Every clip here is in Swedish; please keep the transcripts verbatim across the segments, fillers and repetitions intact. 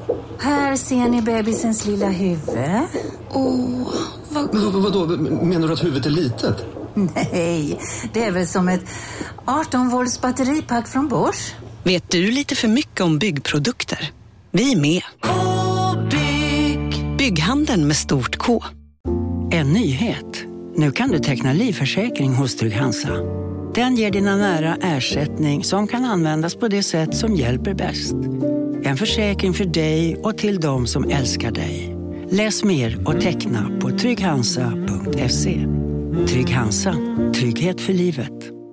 Här ser ni bebisens lilla huvud. Åh, vad... Men vad, vadå? Menar du att huvudet är litet? Nej, det är väl som ett arton volts batteripack från Bosch. Vet du lite för mycket om byggprodukter? Vi är med. K-bygg. Bygghandeln med stort K. En nyhet. Nu kan du teckna livförsäkring hos Trygg-Hansa. Den ger dina nära ersättning som kan användas på det sätt som hjälper bäst. En försäkring för dig och till de som älskar dig. Läs mer och teckna på trygg hansa punkt se. Trygg-Hansa. Trygghet för livet.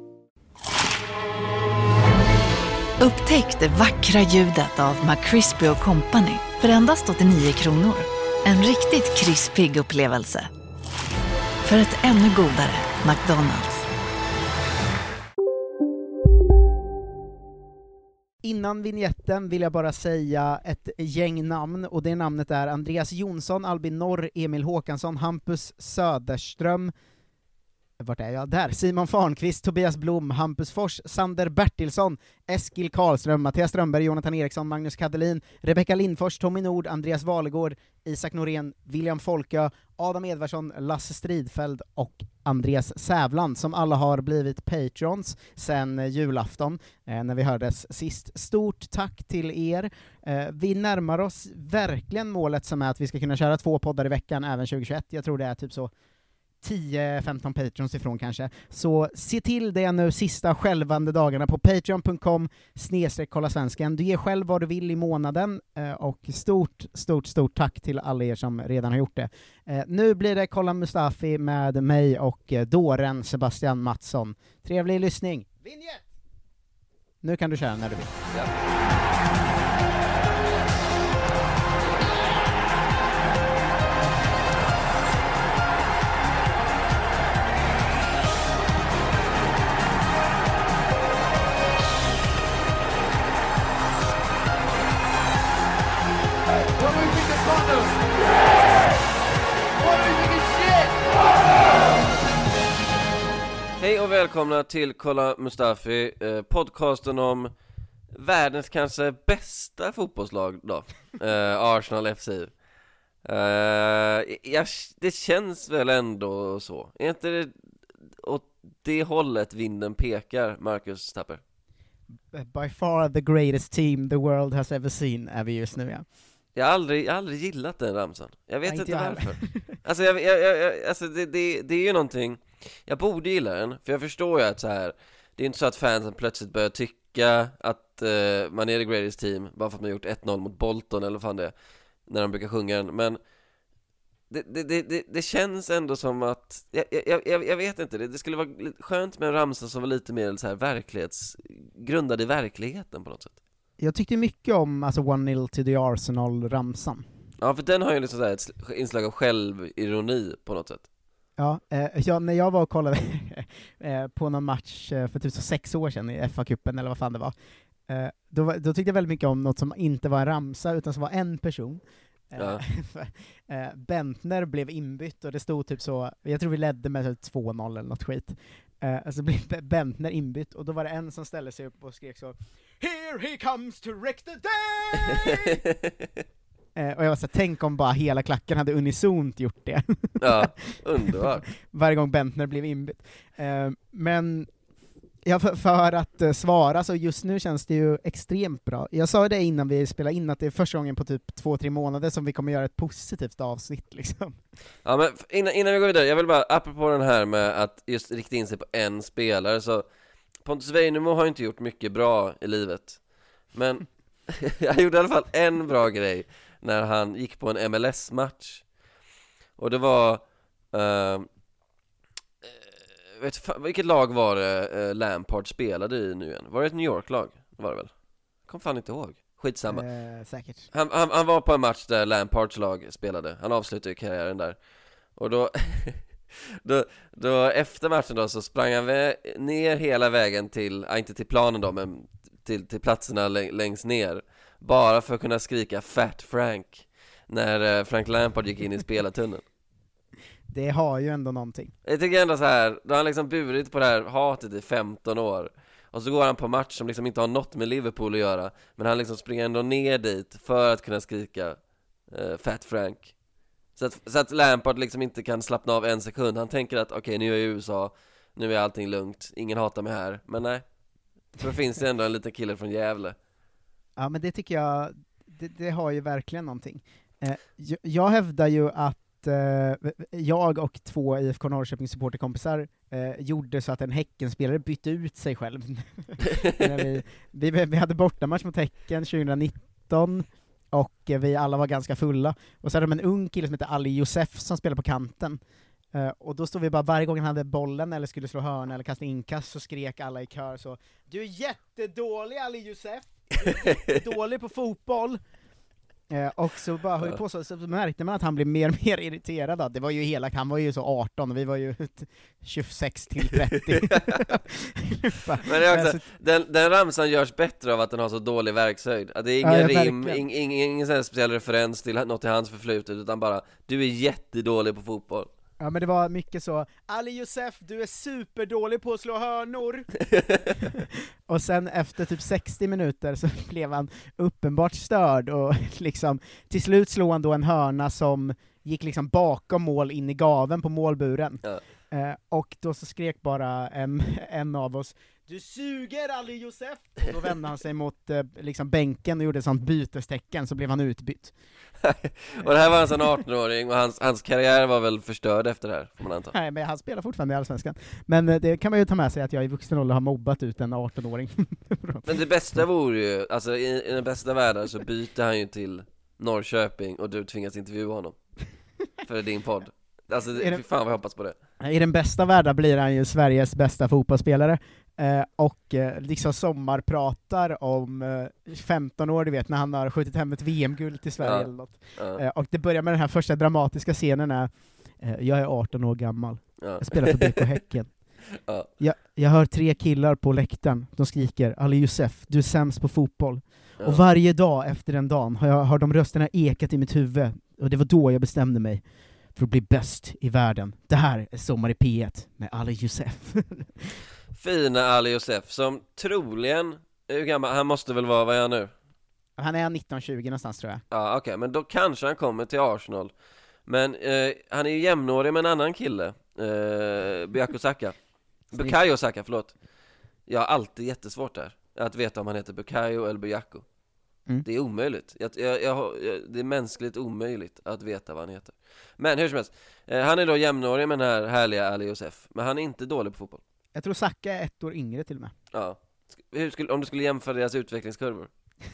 Upptäck det vackra ljudet av McCrispy och Company för endast åttionio kronor. En riktigt krispig upplevelse. För ett ännu godare McDonald's. Innan vignetten vill jag bara säga ett gäng namn, och det namnet är Andreas Jonsson, Albin Norr, Emil Håkansson, Hampus Söderström, vart är jag? Där! Simon Farnqvist, Tobias Blom, Hampus Fors, Sander Bertilsson, Eskil Karlström, Mattias Strömberg, Jonathan Eriksson, Magnus Kadelin, Rebecka Lindfors, Tommy Nord, Andreas Valegård, Isak Norén, William Folkö, Adam Edvarsson, Lasse Stridfeld och Andreas Sävland, som alla har blivit patrons sen julafton eh, när vi hördes sist. Stort tack till er. Eh, vi närmar oss verkligen målet som är att vi ska kunna köra två poddar i veckan även tjugohundratjugoett. Jag tror det är typ så tio femton patrons ifrån kanske. Så se till det nu sista skälvande dagarna på patreon punkt com snedstreck kolla svensken. Du ger själv vad du vill i månaden, och stort, stort, stort tack till alla er som redan har gjort det. Nu blir det Kolla Mustafi med mig och dåren Sebastian Mattsson. Trevlig lyssning. Vinjet! Nu kan du köra när du vill. Ja. Hej och välkomna till Kolla Mustafi, eh, podcasten om världens kanske bästa fotbollslag då, eh, Arsenal F C. Eh, jag, det känns väl ändå så. Är inte det åt det hållet vinden pekar, Marcus Tapper? By far the greatest team the world has ever seen är vi just nu, ja. Jag har aldrig, jag har aldrig gillat den ramsan. Jag vet Nej, inte, inte varför. Alltså, jag, jag, jag, alltså det, det, det är ju någonting. Jag borde gilla den, för jag förstår ju att så här, det är inte så att fansen plötsligt börjar tycka att uh, man är the greatest team bara för att man har gjort ett noll mot Bolton eller vad fan det är, när de brukar sjunga den. Men det, det, det, det, det känns ändå som att jag, jag, jag, jag vet inte, det, det skulle vara skönt med en ramsa som var lite mer så här verklighets, grundad i verkligheten på något sätt. Jag tyckte mycket om alltså one nil to the Arsenal-ramsan. Ja, för den har ju liksom så här ett inslag av självironi på något sätt. Ja, eh, jag, när jag var och kollade eh, på någon match eh, för typ så sex år sedan i F A-cupen eller vad fan det var, eh, då, då tyckte jag väldigt mycket om något som inte var en ramsa utan som var en person. Eh, ja. eh, Bentner blev inbytt och det stod typ så, jag tror vi ledde med typ två noll eller något skit. Eh, så blev Bentner inbytt och då var det en som ställde sig upp och skrek så: "Here he comes to wreck the day!" Eh, och jag var så här, tänk om bara hela klacken hade unisont gjort det. Ja, underbart. Varje gång Bentner blev inbytt. Eh, men ja, för, för att uh, svara, så just nu känns det ju extremt bra. Jag sa det innan vi spelade in att det är första gången på typ två, tre månader som vi kommer göra ett positivt avsnitt liksom. Ja, men innan, innan vi går vidare, jag vill bara, apropå den här med att just rikta in sig på en spelare, så Pontus Weinemo har inte gjort mycket bra i livet. Men jag gjorde i alla fall en bra grej när han gick på en M L S-match. Och det var uh, vet fan, vilket lag var det uh, Lampard spelade i nu igen? Var det ett New York-lag? Var det väl? Jag kom fan inte ihåg. Skitsamma. Eh, säkert. Han, han, han var på en match där Lampards lag spelade. Han avslutade karriären där. Och då, då, då efter matchen då så sprang han ner hela vägen till, äh, inte till planen då, men till, till platserna längst ner. Bara för att kunna skrika Fat Frank när Frank Lampard gick in i spelartunneln. Det har ju ändå någonting. Jag tycker ändå så här, då har han liksom burit på det här hatet i femton år. Och så går han på match som liksom inte har något med Liverpool att göra, men han liksom springer ändå ner dit för att kunna skrika uh, Fat Frank. Så att, så att Lampard liksom inte kan slappna av en sekund. Han tänker att okej, okay, nu är jag i U S A, nu är allting lugnt, ingen hatar mig här. Men nej, för finns det ändå en liten kille från Gävle. Ja, men det tycker jag, det, det har ju verkligen någonting. Eh, jag, jag hävdar ju att eh, jag och två I F K Norrköping supporterkompisar eh, gjorde så att en Häckenspelare bytte ut sig själv. vi, vi, vi hade bortamatch mot Häcken tjugonitton, och vi alla var ganska fulla. Och så hade de en ung kille som heter Ali Josef som spelade på kanten. Uh, och då stod vi bara, varje gång han hade bollen eller skulle slå hörna eller kasta inkast, så skrek alla i kör så: du är jättedålig, Ali Josef! Du är jättedålig på fotboll! Uh, och så bara höll på så, så märkte man att han blev mer och mer irriterad. Då. Det var ju hela, han var ju så arton och vi var ju tjugosex till trettio. Men det är också, den, den ramsan görs bättre av att den har så dålig verkshöjd. Att det är ingen ja, rim, ing, ing, ingen sån speciell referens till något i hans förflutet, utan bara, du är jättedålig på fotboll. Ja, men det var mycket så: Ali Josef, du är superdålig på att slå hörnor. Och sen efter typ sextio minuter så blev han uppenbart störd, och liksom till slut slog han då en hörna som gick liksom bakom mål in i gaven på målburen. Ja. Eh, och då så skrek bara en, en av oss: du suger, Ali Josef! Och då vände han sig mot eh, liksom bänken och gjorde ett sånt bytestecken, så blev han utbytt. Och det här var en sån arton-åring, och hans, hans karriär var väl förstörd efter det här, får man anta. Nej, men han spelar fortfarande i Allsvenskan. Men eh, det kan man ju ta med sig, att jag i vuxen ålder har mobbat ut en arton-åring. Men det bästa vore ju, alltså i, i den bästa världen så byter han ju till Norrköping och du tvingas intervjua honom för din podd. Alltså, det, fy fan vad jag hoppas på det. I den bästa världen blir han ju Sveriges bästa fotbollsspelare, eh, och eh, liksom sommarpratar om eh, femton år, du vet, när han har skjutit hem ett V M-guld till Sverige, ja. Eller något. Ja. Eh, och det börjar med den här första dramatiska scenen när eh, jag är arton år gammal, ja. Jag spelar för B K Häcken. Ja. jag, jag hör tre killar på läktaren, de skriker: Ali Josef, du är sämst på fotboll. Ja. Och varje dag efter den dagen har, jag, har de rösterna ekat i mitt huvud, och det var då jag bestämde mig för att bli bäst i världen. Det här är Sommar i P ett med Ali Josef. Fina Ali Josef, som troligen, hur gammal, han måste väl vara, vad är han nu? Han är nitton tjugo någonstans, tror jag. Ja, okej, okay, men då kanske han kommer till Arsenal. Men eh, han är ju jämnårig med en annan kille, eh, Bukayo Saka. Bukayo Saka, förlåt. Jag har alltid jättesvårt där att veta om han heter Bukayo eller Bukayo. Mm. Det är omöjligt. Jag, jag, jag, det är mänskligt omöjligt att veta vad han heter. Men hur som helst, eh, han är då jämnårig med den här härliga Ali Josef. Men han är inte dålig på fotboll. Jag tror Saka är ett år yngre till och med. Ja. Hur skulle, om du skulle jämföra deras utvecklingskurvor?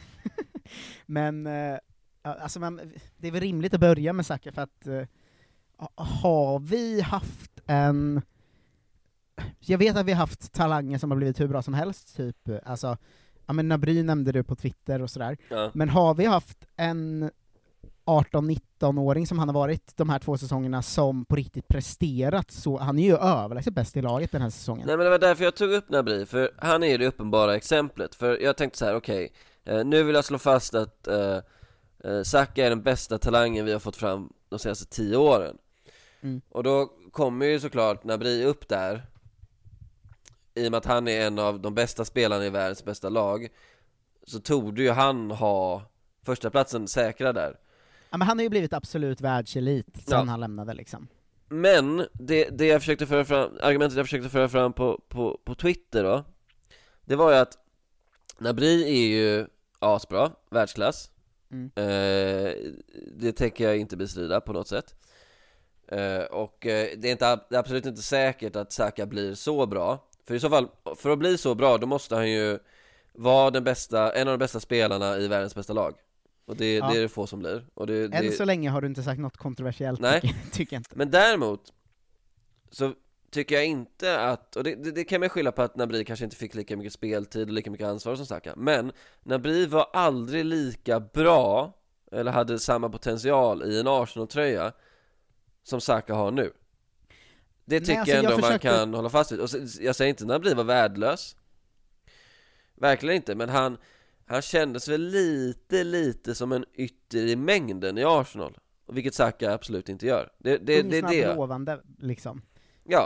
Men eh, alltså man, det är väl rimligt att börja med Saka, för att eh, har vi haft en... Jag vet att vi har haft talanger som har blivit hur bra som helst, typ, alltså, ja, men Nabry nämnde du på Twitter och sådär. Ja. Men har vi haft en arton-nitton-åring som han har varit de här två säsongerna som på riktigt presterat, så han är ju överlägset bäst i laget den här säsongen. Nej, men det var därför jag tog upp Nabry, för han är ju det uppenbara exemplet. För jag tänkte så här: okej, okay, eh, nu vill jag slå fast att eh, eh, Saka är den bästa talangen vi har fått fram de senaste tio åren. Mm. Och då kommer ju såklart Nabry upp där, i och med att han är en av de bästa spelarna i världens bästa lag, så torde ju han ha första platsen säkra där. Ja, men han har ju blivit absolut världselit sen ja. han lämnade liksom. Men det, det jag försökte föra fram, argumentet jag försökte föra fram på, på, på Twitter då, det var ju att Nabry är ju asbra, världsklass. Mm. Eh, det tänker jag inte bestrida på något sätt. Eh, och eh, det är, inte, det är absolut inte säkert att Saka blir så bra. För i så fall, för att bli så bra, då måste han ju vara den bästa, en av de bästa spelarna i världens bästa lag. Och det, ja. det är det få som blir. Och det, Än det... så länge har du inte sagt något kontroversiellt. Nej, tycker, tycker jag inte. Men däremot så tycker jag inte att, och det, det, det kan man skylla på att Nabry kanske inte fick lika mycket speltid och lika mycket ansvar som Saka. Men Nabry var aldrig lika bra, eller hade samma potential i en Arsenal-tröja som Saka har nu. Det tycker Nej, alltså, jag ändå jag försökte... man kan hålla fast vid. Och jag säger inte att Nabry var värdelös, verkligen inte, men han Han kändes väl lite, lite som en ytter i mängden i Arsenal, vilket Saka absolut inte gör. Det, det, det är det. Lovande, liksom. Ja,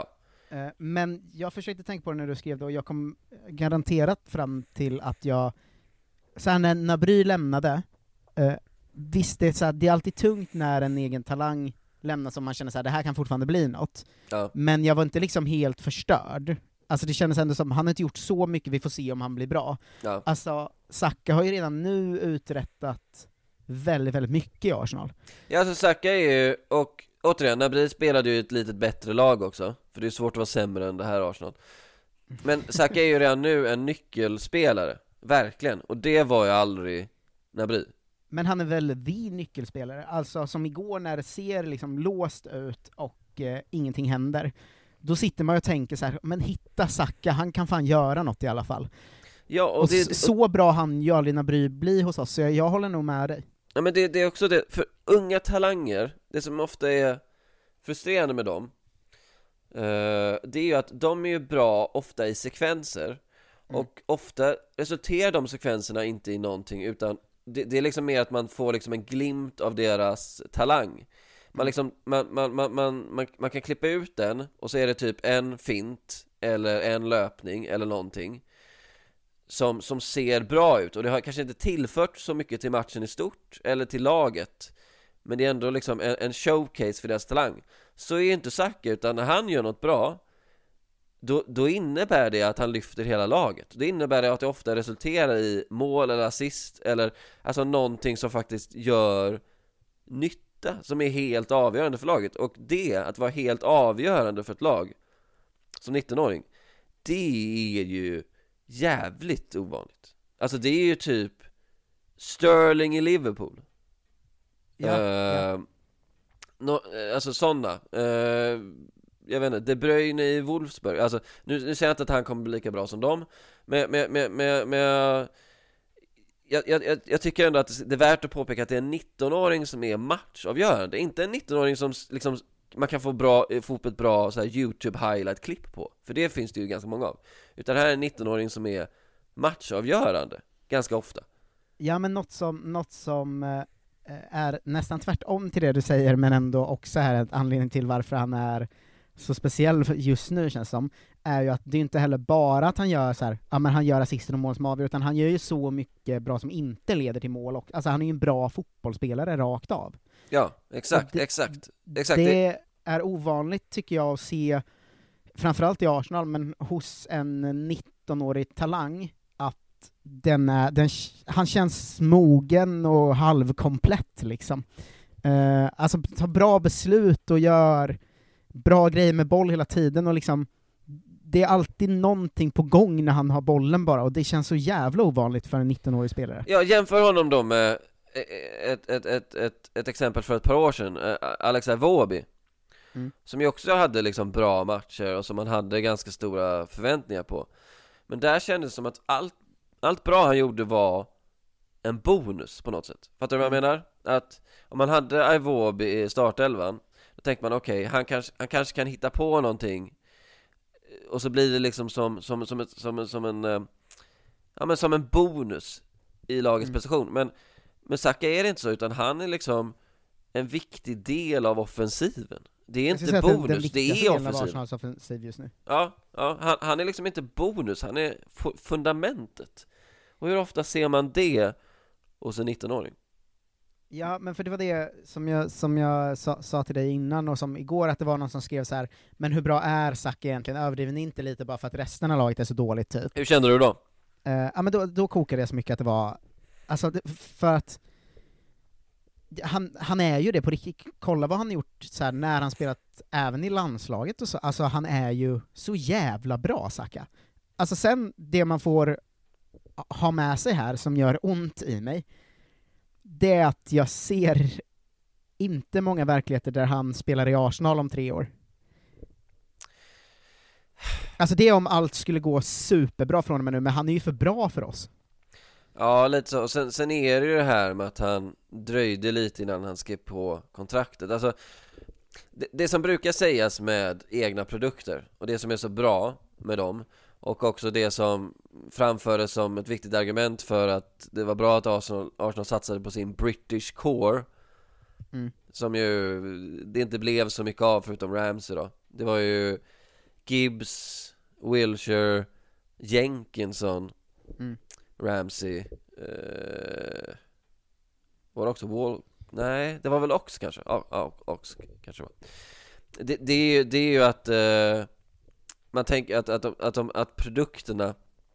Uh, men jag försökte tänka på det när du skrev det, och jag kom garanterat fram till att jag, så här, när Nabry lämnade, uh, visst det är, så här, det är alltid tungt när en egen talang lämnar som man känner så här, det här kan fortfarande bli något. Ja. Men jag var inte liksom helt förstörd. Alltså det kändes ändå som, han har inte gjort så mycket, vi får se om han blir bra. Ja. Alltså, Saka har ju redan nu uträttat väldigt, väldigt mycket i Arsenal. Ja, alltså Saka är ju, och återigen, Nabry spelade ju ett litet bättre lag också, för det är svårt att vara sämre än det här Arsenal. Men Saka är ju redan nu en nyckelspelare, verkligen, och det var ju aldrig Nabry. Men han är väl the nyckelspelare, alltså som igår när det ser liksom låst ut och eh, ingenting händer, då sitter man och tänker så här, men hitta Saka, han kan fan göra något i alla fall. Ja, och, och det, så bra han ju aldrig Nabry blir hos oss, så jag, jag håller nog med dig. Ja, men det, det är också det, för unga talanger, det som ofta är frustrerande med dem, uh, det är ju att de är ju bra ofta i sekvenser, mm. och ofta resulterar de sekvenserna inte i någonting, utan det, det är liksom mer att man får liksom en glimt av deras talang. Man, liksom, man, man, man, man, man, man kan klippa ut den, och så är det typ en fint eller en löpning eller någonting som, som ser bra ut, och det har kanske inte tillfört så mycket till matchen i stort eller till laget, men det är ändå liksom en, en showcase för deras talang. Så är inte Saka, utan när han gör något bra, då, då innebär det att han lyfter hela laget. Det innebär det att det ofta resulterar i mål eller assist, eller alltså någonting som faktiskt gör nytta, som är helt avgörande för laget. Och det, att vara helt avgörande för ett lag som nittonåring, det är ju jävligt ovanligt. Alltså det är ju typ Sterling i Liverpool. Ja, uh, ja. No, alltså sådana uh, jag vet inte, De Bruyne i Wolfsburg. Alltså, nu, nu säger jag inte att han kommer bli lika bra som dem, men, men, men, men, men jag, jag, jag, jag tycker ändå att det är värt att påpeka att det är en nittonåring som är matchavgörande, inte en nittonåring som liksom man kan få, bra, få upp ett bra så här, YouTube highlight-klipp på, för det finns det ju ganska många av. Utan det här är en nittonåring som är matchavgörande ganska ofta. Ja, men något som, något som eh, är nästan tvärtom till det du säger, men ändå också är en anledning till varför han är så speciell just nu, känns som, är ju att det är inte heller bara att han gör så här, ja men han gör assisten och mål som avgör, utan han gör ju så mycket bra som inte leder till mål, och alltså han är ju en bra fotbollsspelare rakt av. Ja, exakt, det, exakt, exakt. Det är ovanligt tycker jag att se, framförallt i Arsenal, men hos en nittonårig talang, att den är, den, han känns mogen och halvkomplett liksom. Uh, alltså tar bra beslut och gör bra grejer med boll hela tiden, och liksom det är alltid någonting på gång när han har bollen bara, och det känns så jävla ovanligt för en nittonårig spelare. Ja, jämför honom då med ett, ett, ett, ett, ett exempel för ett par år sedan, Alex Iwobi, mm. som ju också hade liksom bra matcher och som man hade ganska stora förväntningar på. Men där kändes det som att allt, allt bra han gjorde var en bonus på något sätt. Fattar du vad jag menar? Att om man hade Iwobi i startelvan, då tänker man okej, okay, han, kanske, han kanske kan hitta på någonting, och så blir det liksom som, som, som, ett, som, som en ja, men som en bonus i lagets mm. prestation. Men, men Saka är det inte så, utan han är liksom en viktig del av offensiven. Det är inte bonus, den, den det är offensiv. Av offensiv just nu. Ja, ja han, han är liksom inte bonus, han är f- fundamentet. Och hur ofta ser man det hos en nittonåring? Ja, men för det var det som jag, som jag sa, sa till dig innan, och som igår, att det var någon som skrev så här: men hur bra är Saka egentligen? Överdriver ni inte lite bara för att resten av laget är så dåligt typ? Hur kände du då? Uh, ja, men då, då kokade det så mycket att det var, alltså det, för att han, han är ju det på riktigt. Kolla vad han har gjort så här, när han spelat även i landslaget och så. Alltså han är ju så jävla bra, Saka. Alltså sen det man får ha med sig här som gör ont i mig, det är att jag ser inte många verkligheter där han spelar i Arsenal om tre år. Alltså det är om allt skulle gå superbra från honom nu, men han är ju för bra för oss. Ja, lite så. Sen, sen är det ju det här med att han dröjde lite innan han skrev på kontraktet. Alltså, det, det som brukar sägas med egna produkter, och det som är så bra med dem, och också det som framfördes som ett viktigt argument för att det var bra att Arsenal, Arsenal satsade på sin British core, mm. som ju det inte blev så mycket av förutom Ramsey då. Det var ju Gibbs, Wilshere, Jenkinson, Mm. Ramsey, eh, var det också Wall? Nej, det var väl Ox kanske. Ja, ja Ox kanske var. Det, det, är, ju, det är ju att eh, man tänker att, att, de, att, de, att produkterna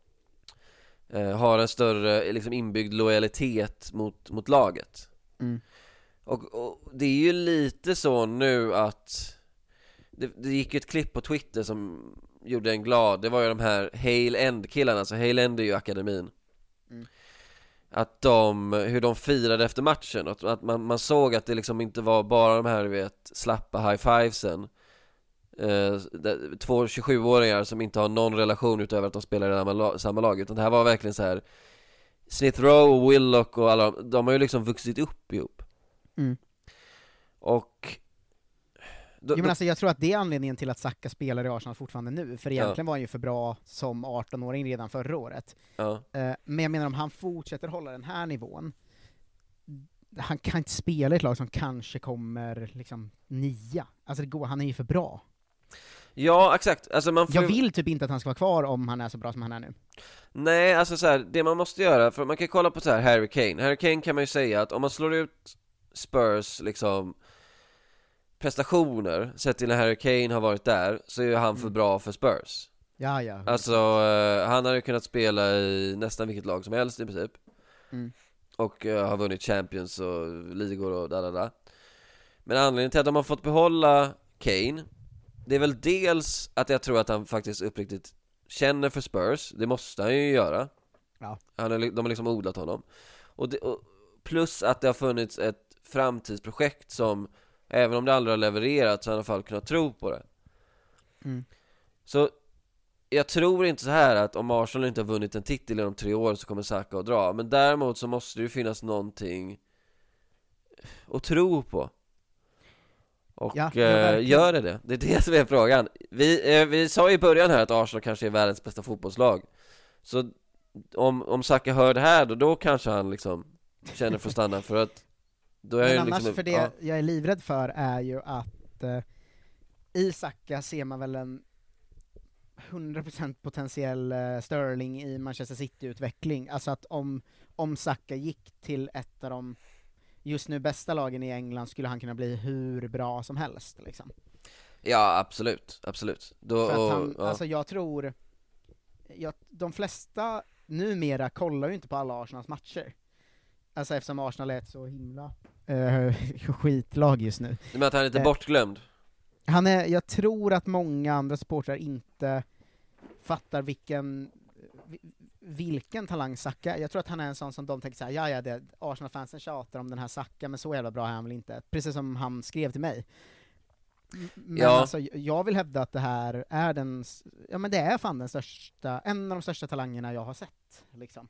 eh, har en större liksom inbyggd lojalitet mot, mot laget. Mm. Och, och det är ju lite så nu att det, det gick ett klipp på Twitter som gjorde en glad. Det var ju de här Hale End-killarna. Alltså Hale End är ju akademin. Mm. Att de, hur de firade efter matchen. Att, att man, man såg att det liksom inte var bara de här, du vet, slappa high-fivesen. Eh, två tjugosjuåringar som inte har någon relation utöver att de spelar i samma lag, samma lag. Utan det här var verkligen så här. Smith Rowe och Willock och alla de, de har ju liksom vuxit upp ihop. Mm. Och då, Jo, men alltså, jag tror att det är anledningen till att Saka spelar i Arsenal fortfarande nu, för egentligen Ja. var han ju för bra som arton-åring redan förra året. ja. Eh, men jag menar, om han fortsätter hålla den här nivån, han kan inte spela i ett lag som kanske kommer liksom nia. Alltså det går, han är ju för bra. Ja, exakt. Alltså man får Jag ju- vill typ inte att han ska vara kvar om han är så bra som han är nu. Nej, alltså så här, det man måste göra, för man kan kolla på så här Harry Kane. Harry Kane kan man ju säga att om man slår ut Spurs liksom prestationer, sett till när Harry Kane har varit där, så är ju han för bra för Spurs. Ja, ja. Alltså, eh, han hade ju kunnat spela i nästan vilket lag som helst i princip. Mm. Och eh, har vunnit Champions och ligor och där, där, där. Men anledningen till att de har fått behålla Kane, det är väl dels att jag tror att han faktiskt uppriktigt känner för Spurs. Det måste han ju göra. Ja. Han har, de har liksom odlat honom. Och, det, och plus att det har funnits ett framtidsprojekt som, även om det aldrig har levererat, så har i alla fall kunnat tro på det. Mm. Så jag tror inte så här att om Arsenal inte har vunnit en titel inom tre år så kommer Saka att dra. Men däremot så måste det ju finnas någonting att tro på. Och Ja, ja, eh, verkligen. gör det det? Det är det som är frågan. Vi, eh, vi sa i början här att Arsenal kanske är världens bästa fotbollslag. Så om, om Saka hör det här då, då kanske han liksom känner för att stanna, för att då är Men ju annars, liksom, för det ja. jag är livrädd för är ju att eh, i Saka ser man väl en hundra procent potentiell eh, Sterling i Manchester City-utveckling. Alltså att om, om Saka gick till ett av de just nu bästa lagen i England skulle han kunna bli hur bra som helst liksom. Ja, absolut, absolut då, För att och, han, ja. alltså jag tror jag, de flesta numera kollar ju inte på alla Arsenals matcher. Alltså eftersom Arsenal är ett så himla eh, skitlag just nu. Men att han är lite Eh, bortglömd. Han är, jag tror att många andra supportrar inte fattar vilken vi- vilken talang Saka. Jag tror att han är en sån som de tänker så här: ja ja, det Arsenal-fansen tjatar om den här Saka, men så jävla bra är han väl inte. Precis som han skrev till mig. M- Men Ja. alltså, jag vill hävda att det här är den, s- ja men det är fan den största, en av de största talangerna jag har sett liksom.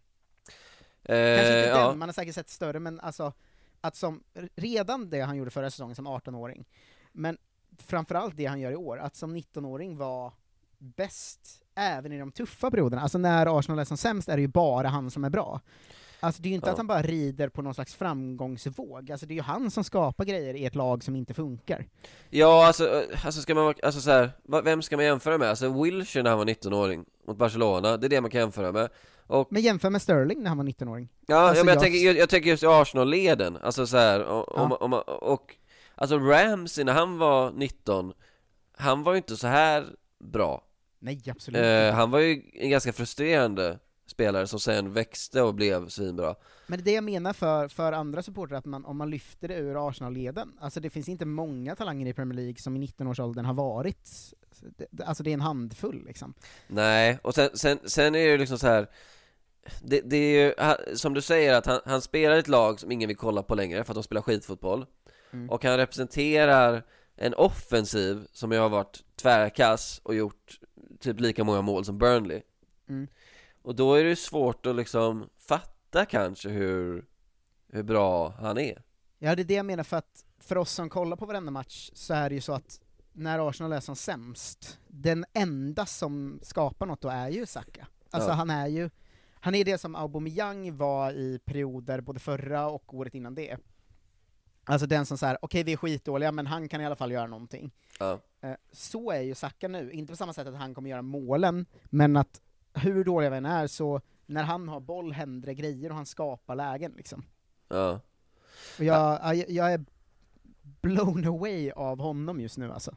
Eh, Kanske inte ja. den, man har säkert sett större, men alltså att som, redan det han gjorde förra säsongen som arton-åring, men framförallt det han gör i år, att som nitton-åring var bäst även i de tuffa perioderna. Alltså när Arsenal är som sämst är det ju bara han som är bra. Alltså det är ju inte Ja. att han bara rider på någon slags framgångsvåg, alltså det är ju han som skapar grejer i ett lag som inte funkar. Ja, alltså, alltså ska man, alltså så här, va- vem ska man jämföra med? Alltså Wilshere när han var nitton-åring mot Barcelona, det är det man kan jämföra med. Och Men jämför med Sterling när han var nitton-åring. ja, alltså, ja men jag, jag- tänker, jag, jag tänker just i Arsenal-leden, alltså så här, och, Ja. om, om, och alltså Ramsey när han var nitton, han var ju inte så här bra. Nej, absolut Eh, inte. han var ju en ganska frustrerande spelare som sen växte och blev svinbra. Men det är det jag menar för, för andra supportrar, att man, om man lyfter det ur Arsenal-leden, alltså det finns inte många talanger i Premier League som i nitton-årsåldern har varit, det, alltså det är en handfull liksom. Nej, och sen, sen, sen är det ju liksom så här. Det, det är ju, han- som du säger, att han, han spelar ett lag som ingen vill kolla på längre för att de spelar skitfotboll. Mm. Och han representerar en offensiv som ju har varit tvärkass och gjort typ lika många mål som Burnley. Mm. Och då är det ju svårt att liksom fatta kanske hur, hur bra han är. Ja, det är det jag menar, för att för oss som kollar på varenda match så är det ju så att när Arsenal är som sämst, den enda som skapar något då är ju Saka. Alltså Ja. han är ju, han är det som Aubameyang var i perioder både förra och året innan det. Alltså den som säger, okej okay, vi är skitdåliga, men han kan i alla fall göra någonting. Ja. Så är ju Saka nu, inte på samma sätt att han kommer göra målen, men att hur dåliga vi än är, så när han har boll händer det grejer och han skapar lägen liksom. Ja. Och jag, jag, jag är blown away av honom just nu alltså.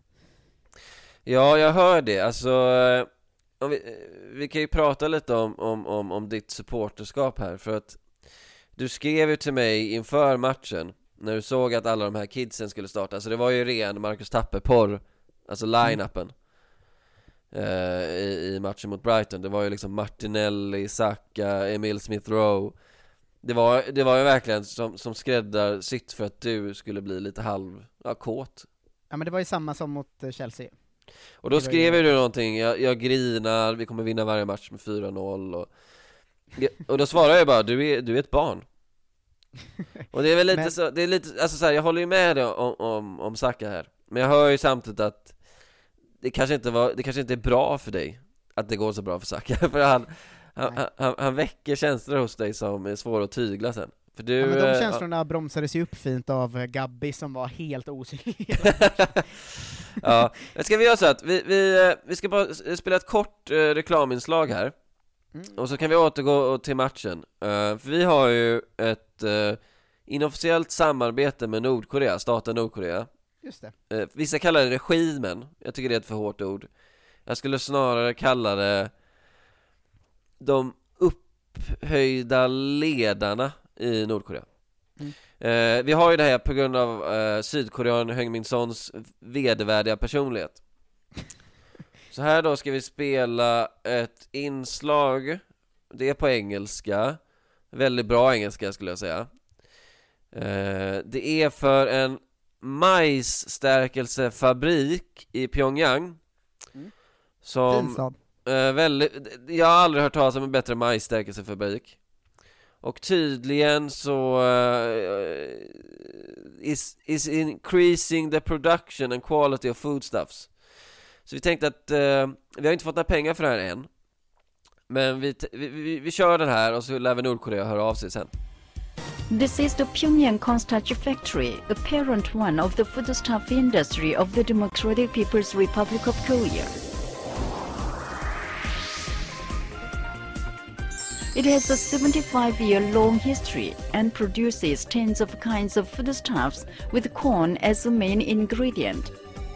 Ja, jag hör det. Alltså, om vi, vi kan ju prata lite om, om, om, om ditt supporterskap här, för att du skrev ju till mig inför matchen när du såg att alla de här kidsen skulle starta. Så det var ju ren Marcus Tapper-porr, alltså line-upen mm. uh, i, i matchen mot Brighton. Det var ju liksom Martinelli, Saka, Emil Smith-Rowe. Det var, det var ju verkligen som, som skräddar sitt för att du skulle bli lite halv, ja, kåt. Ja, men det var ju samma som mot Chelsea. Och då skrev ju du någonting, jag, jag grinar, vi kommer vinna varje match med fyra noll och, och då svarade jag bara, du är, du är ett barn. Och det är väl lite men... så, det är lite, alltså så här, jag håller ju med dig om, om, om Saka här. Men jag hör ju samtidigt att det kanske inte var, det kanske inte är bra för dig att det går så bra för Saka. För han, han, han, han väcker känslor hos dig som är svåra att tygla sen. För du, ja, men de äh, känslorna ja. bromsades ju upp fint av Gabby som var helt osynlig. Ja, ska vi göra så att vi, vi, vi ska bara spela ett kort eh, reklaminslag här. Mm. Och så kan vi återgå till matchen. uh, För vi har ju ett uh, inofficiellt samarbete med Nordkorea, staten Nordkorea. Just det. uh, Vissa kallar det regimen. Jag tycker det är ett för hårt ord. Jag skulle snarare kalla det de upphöjda ledarna i Nordkorea. Mm. Uh, vi har ju det här på grund av uh, Sydkorean Heung Min Sons vedervärdiga personlighet. Så här då ska vi spela ett inslag. Det är på engelska. Väldigt bra engelska skulle jag säga. eh, Det är för en majsstärkelsefabrik i Pyongyang. mm. Som eh, väldigt, jag har aldrig hört talas om en bättre majsstärkelsefabrik. Och tydligen så uh, is, is increasing the production and quality of foodstuffs. Så vi tänkte att uh, vi har inte fått några pengar för det här än. Men vi, t- vi, vi, vi kör den här och så lär vi Nordkorea höra av sig sen. This is the Pyongyang Cornstarch Factory, a parent one of the foodstuff industry of the Democratic People's Republic of Korea. It has a seventy-five year long history and produces tens of kinds of foodstuffs with corn as a main ingredient.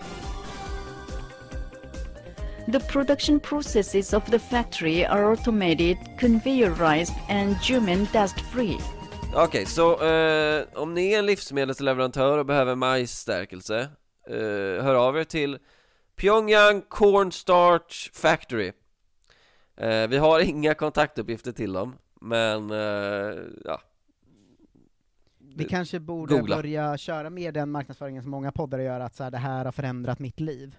The production processes of the factory are automated, conveyorized and human dust-free. Okej, okay, så eh, om ni är en livsmedelsleverantör och behöver majsstärkelse, eh, hör av er till Pyongyang Cornstarch Factory. eh, Vi har inga kontaktuppgifter till dem, men eh, ja. Vi kanske borde Googla. börja köra med den marknadsföringen som många poddare gör, att så här, det här har förändrat mitt liv.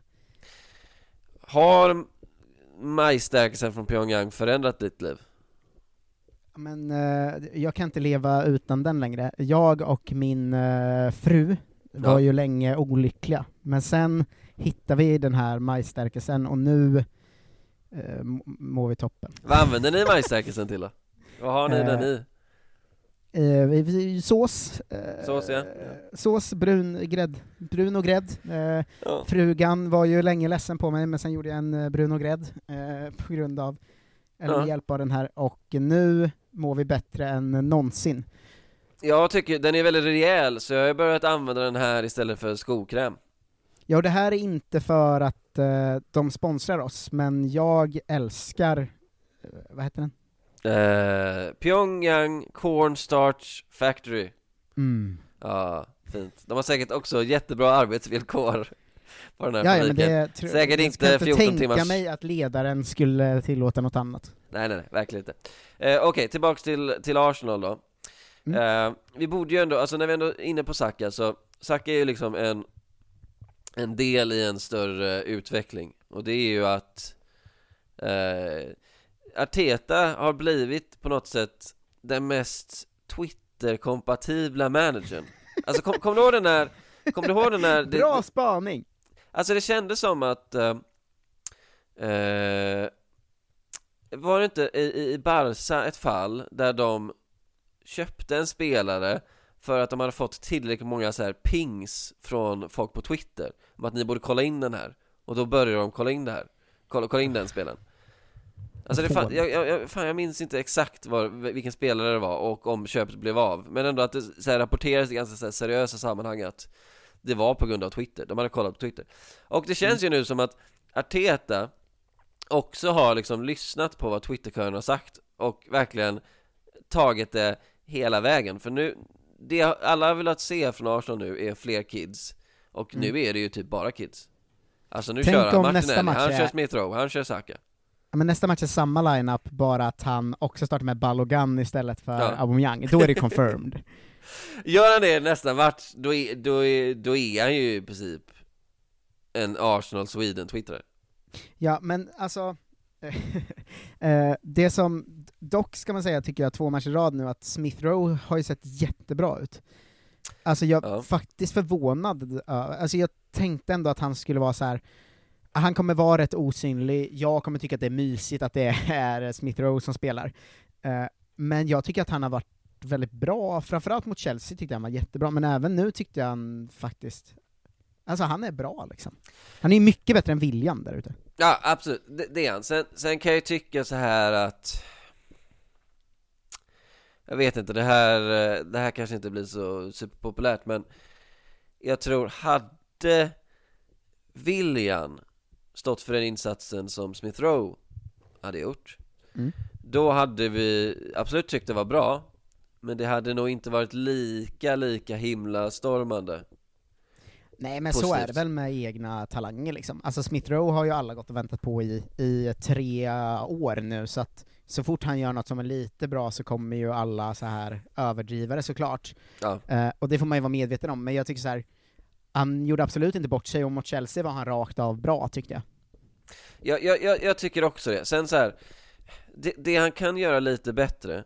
Har majsstärkelsen från Pyongyang förändrat ditt liv? Men uh, jag kan inte leva utan den längre. Jag och min uh, fru var ja. ju länge olyckliga. Men sen hittade vi den här majsstärkelsen och nu uh, mår vi toppen. Vad använder ni majsstärkelsen till då? Vad har ni uh, den i? Uh, sås, uh, sås, ja. sås, brun, grädd, brun och grädd. Uh, ja. Frugan var ju länge ledsen på mig, men sen gjorde jag en uh, brun och grädd uh, på grund av, eller med ja. hjälp av den här, och nu mår vi bättre än någonsin. Jag tycker den är väldigt rejäl, så jag har börjat använda den här istället för skokräm. Ja, och det här är inte för att uh, de sponsrar oss, men jag älskar, uh, vad heter den? Uh, Pyongyang Cornstarch Factory. Mm. Ja, fint. De har säkert också jättebra arbetsvillkor på den här ja, fabriken. Ja, tr- säkert inte fjorton timmars. Jag tänka mig att ledaren skulle tillåta något annat. Nej, nej, nej, verkligen inte. uh, Okej, okay, tillbaks till, till Arsenal då. mm. uh, Vi borde ju ändå, alltså när vi ändå är inne på Saka, så Saka är ju liksom en En del i en större utveckling. Och det är ju att uh, Arteta har blivit på något sätt den mest Twitter-kompatibla managern. Alltså kom, kom du ihåg den där kom du ihåg den där Bra det, spaning. Alltså det kändes som att uh, uh, var det inte i, i Barca ett fall där de köpte en spelare för att de hade fått tillräckligt många så här pings från folk på Twitter om att ni borde kolla in den här. Och då började de kolla in det här. Kolla, kolla in den spelen. Alltså det fan, jag, jag, fan, jag minns inte exakt var, vilken spelare det var och om köpet blev av. Men ändå att det så här, rapporterades i ganska så här, seriösa sammanhang att det var på grund av Twitter. De hade kollat på Twitter. Och det känns mm. ju nu som att Arteta också har liksom lyssnat på vad Twitterkören har sagt och verkligen tagit det hela vägen. För nu, det alla har velat se från Arsenal nu är fler kids. Och mm. nu är det ju typ bara kids. Alltså nu Tänk kör han Martinelli, han är... kör Smith Rowe, han kör Saka. Ja, men nästa match är samma lineup, bara att han också startar med Balogun istället för ja. Aubameyang. Då är det confirmed. Gör han det i nästa match, då är, då, är, då är han ju i princip en Arsenal Sweden-twittrare. Ja, men alltså eh, det som dock ska man säga, tycker jag, två matcher i rad nu, att Smith Rowe har ju sett jättebra ut. Alltså jag är ja. faktiskt förvånad. Alltså jag tänkte ändå att han skulle vara så här. Han kommer vara rätt osynlig, jag kommer tycka att det är mysigt att det är Smith Rowe som spelar. Eh, men jag tycker att han har varit väldigt bra, framförallt mot Chelsea tyckte jag han var jättebra, men även nu tyckte jag han faktiskt, alltså han är bra liksom. Han är mycket bättre än William där ute. Ja, absolut, det, det är han. Sen, sen kan jag ju tycka så här att jag vet inte, det här, det här kanske inte blir så superpopulärt, men jag tror hade William stått för den insatsen som Smith Rowe hade gjort, mm. då hade vi absolut tyckt det var bra, men det hade nog inte varit lika, lika himla stormande. Nej, men positivt. Så är det väl med egna talanger liksom. Alltså Smith Rowe har ju alla gått och väntat på i, i tre år nu, så att så fort han gör något som är lite bra så kommer ju alla så här överdrivare såklart. Ja. Eh, och det får man ju vara medveten om, men jag tycker så här, han gjorde absolut inte bort sig, och mot Chelsea var han rakt av bra, tyckte jag. Jag, jag, jag, jag tycker också det. Sen så här, det, det han kan göra lite bättre,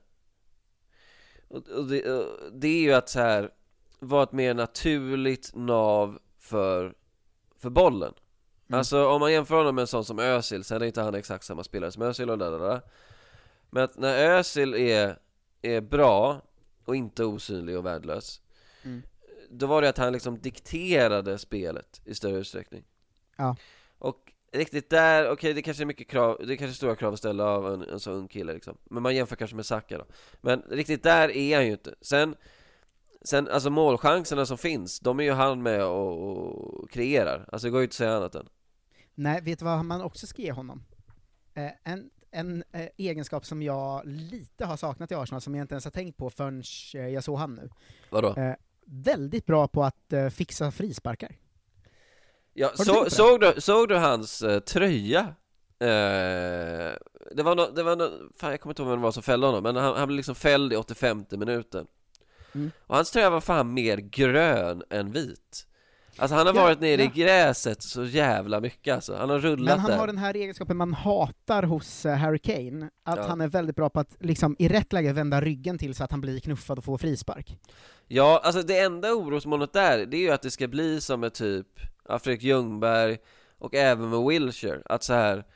och, och det, och det är ju att så här vara ett mer naturligt nav för, för bollen. Mm. Alltså om man jämför honom med en sån som Özil, sen är inte han exakt samma spelare som Özil och där, där, där. Men att när Özil är, är bra och inte osynlig och värdelös, mm. då var det att han liksom dikterade spelet i större utsträckning. Ja. Och riktigt där, okej, okay, det kanske är mycket krav, det är kanske stora krav att ställa av en, en så ung kille liksom. Men man jämför kanske med Saka då. Men riktigt där är han ju inte. Sen, sen alltså målchanserna som finns, de är ju han med och, och kreerar. Alltså det går ju inte att säga annat än. Nej, vet du vad man också ska ge honom? Eh, en en eh, egenskap som jag lite har saknat i Arsenal, som jag inte ens har tänkt på förrän eh, jag såg han nu. Vadå? Eh, väldigt bra på att eh, fixa frisparkar. Ja, så, såg, du, såg du hans uh, tröja? Uh, det var no, det var no, fan, jag kommer inte ihåg vem det var som fällde honom, men han, han blev liksom fälld i åttiofemte minuten. Mm. Och hans tröja var fan mer grön än vit. Alltså han har ja, varit nere ja. i gräset så jävla mycket alltså. Han har rullat där. Men han där. har den här egenskapen man hatar hos uh, Harry Kane, att ja. han är väldigt bra på att liksom i rätt läge vända ryggen till så att han blir knuffad och får frispark. Ja, alltså det enda orosmålet där, det är ju att det ska bli som med typ Fredrik Ljungberg och även med Wilshere, att så här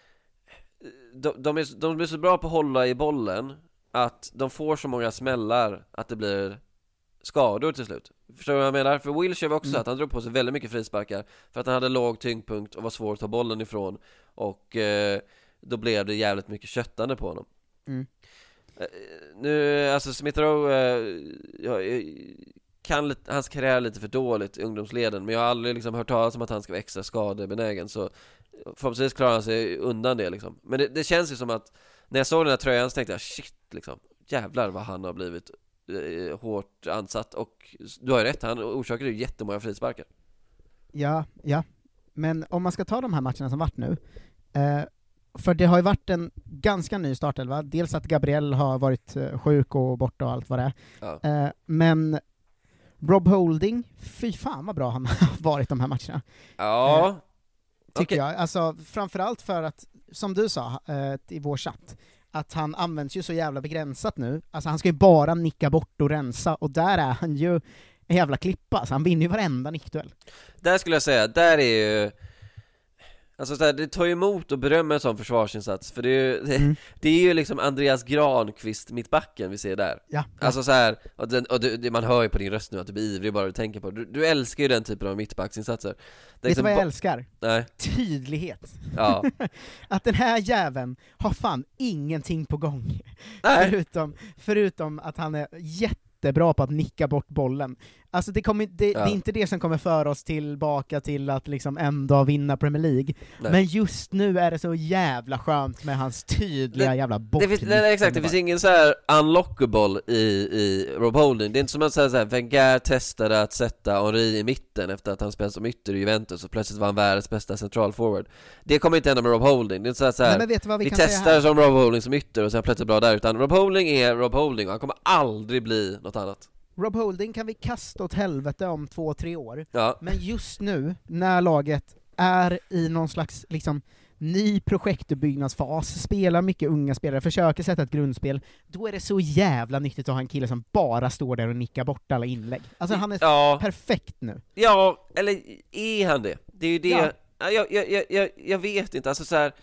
de, de, är, de blir så bra på att hålla i bollen att de får så många smällar att det blir skador till slut. Förstår du vad jag menar? För Wilshere var också mm. att han drog på sig väldigt mycket frisparkar för att han hade låg tyngdpunkt och var svår att ta bollen ifrån, och eh, då blev det jävligt mycket köttande på honom. Mm. Eh, nu, alltså Smith Rowe eh, jag, kan lite, hans karriär är lite för dåligt i ungdomsleden, men jag har aldrig liksom hört talas om att han ska vara extra skadebenägen, så förhoppningsvis klarar han sig undan det liksom. Men det, det känns ju som att när jag såg den här tröjan så tänkte jag shit liksom, jävlar vad han har blivit eh, hårt ansatt, och du har ju rätt, han orsakade ju jättemånga frisparkar. Ja, ja. Men om man ska ta de här matcherna som varit nu, eh, för det har ju varit en ganska ny startelva, dels att Gabriel har varit eh, sjuk och borta och allt vad det är. Ja. Eh, men Rob Holding, fy fan vad bra han har varit de här matcherna. Ja. Eh, tycker okay. jag. Alltså, framförallt för att, som du sa eh, i vår chatt, att han används ju så jävla begränsat nu. Alltså han ska ju bara nicka bort och rensa, och där är han ju en jävla klippa. Så han vinner ju varenda nickduell. Där skulle jag säga, där är ju Alltså så här, det tar ju emot och berömmer en sån försvarsinsats. För det är ju, det, Mm. det är ju liksom Andreas Granqvist mittbacken vi ser där. Ja. Alltså så här, och, den, och du, man hör ju på din röst nu att du blir ivrig bara du tänker på det. Du, du älskar ju den typen av mittbacksinsatser. Det är Vet liksom du vad jag ba- älskar? Nej. Tydlighet. Ja. Att den här jäveln har fan ingenting på gång. Nej. Förutom, förutom att han är jättebra på att nicka bort bollen. Alltså det, kommer, det, Ja. det är inte det som kommer föra oss tillbaka till att liksom en dag vinna Premier League. Nej. Men just nu är det så jävla skönt med hans tydliga Det- jävla Det bort. finns, nej, nej, exakt, det finns ingen så här unlockable i, i Rob Holding. Det är inte som att säga så här, Wenger testade att sätta Henry i mitten efter att han spelade som ytter i Juventus och plötsligt var han världens bästa centralforward. Det kommer inte hända med Rob Holding. Det är inte så här, så här Nej, men vet du vad vi vi kan säga testar här? som Rob Holding som ytter och sen plötsligt bra där, utan Rob Holding är Rob Holding och han kommer aldrig bli något annat. Rob Holding kan vi kasta åt helvete om två, tre år. Ja. Men just nu, när laget är i någon slags liksom ny projektuppbyggnadsfas, spelar mycket unga spelare, försöker sätta ett grundspel, då är det så jävla nyttigt att ha en kille som bara står där och nickar bort alla inlägg. Alltså han är Ja. perfekt nu. Ja, eller är han det? Det är ju det. Ja. Ja. Jag, jag, jag, jag, jag vet inte, alltså så här.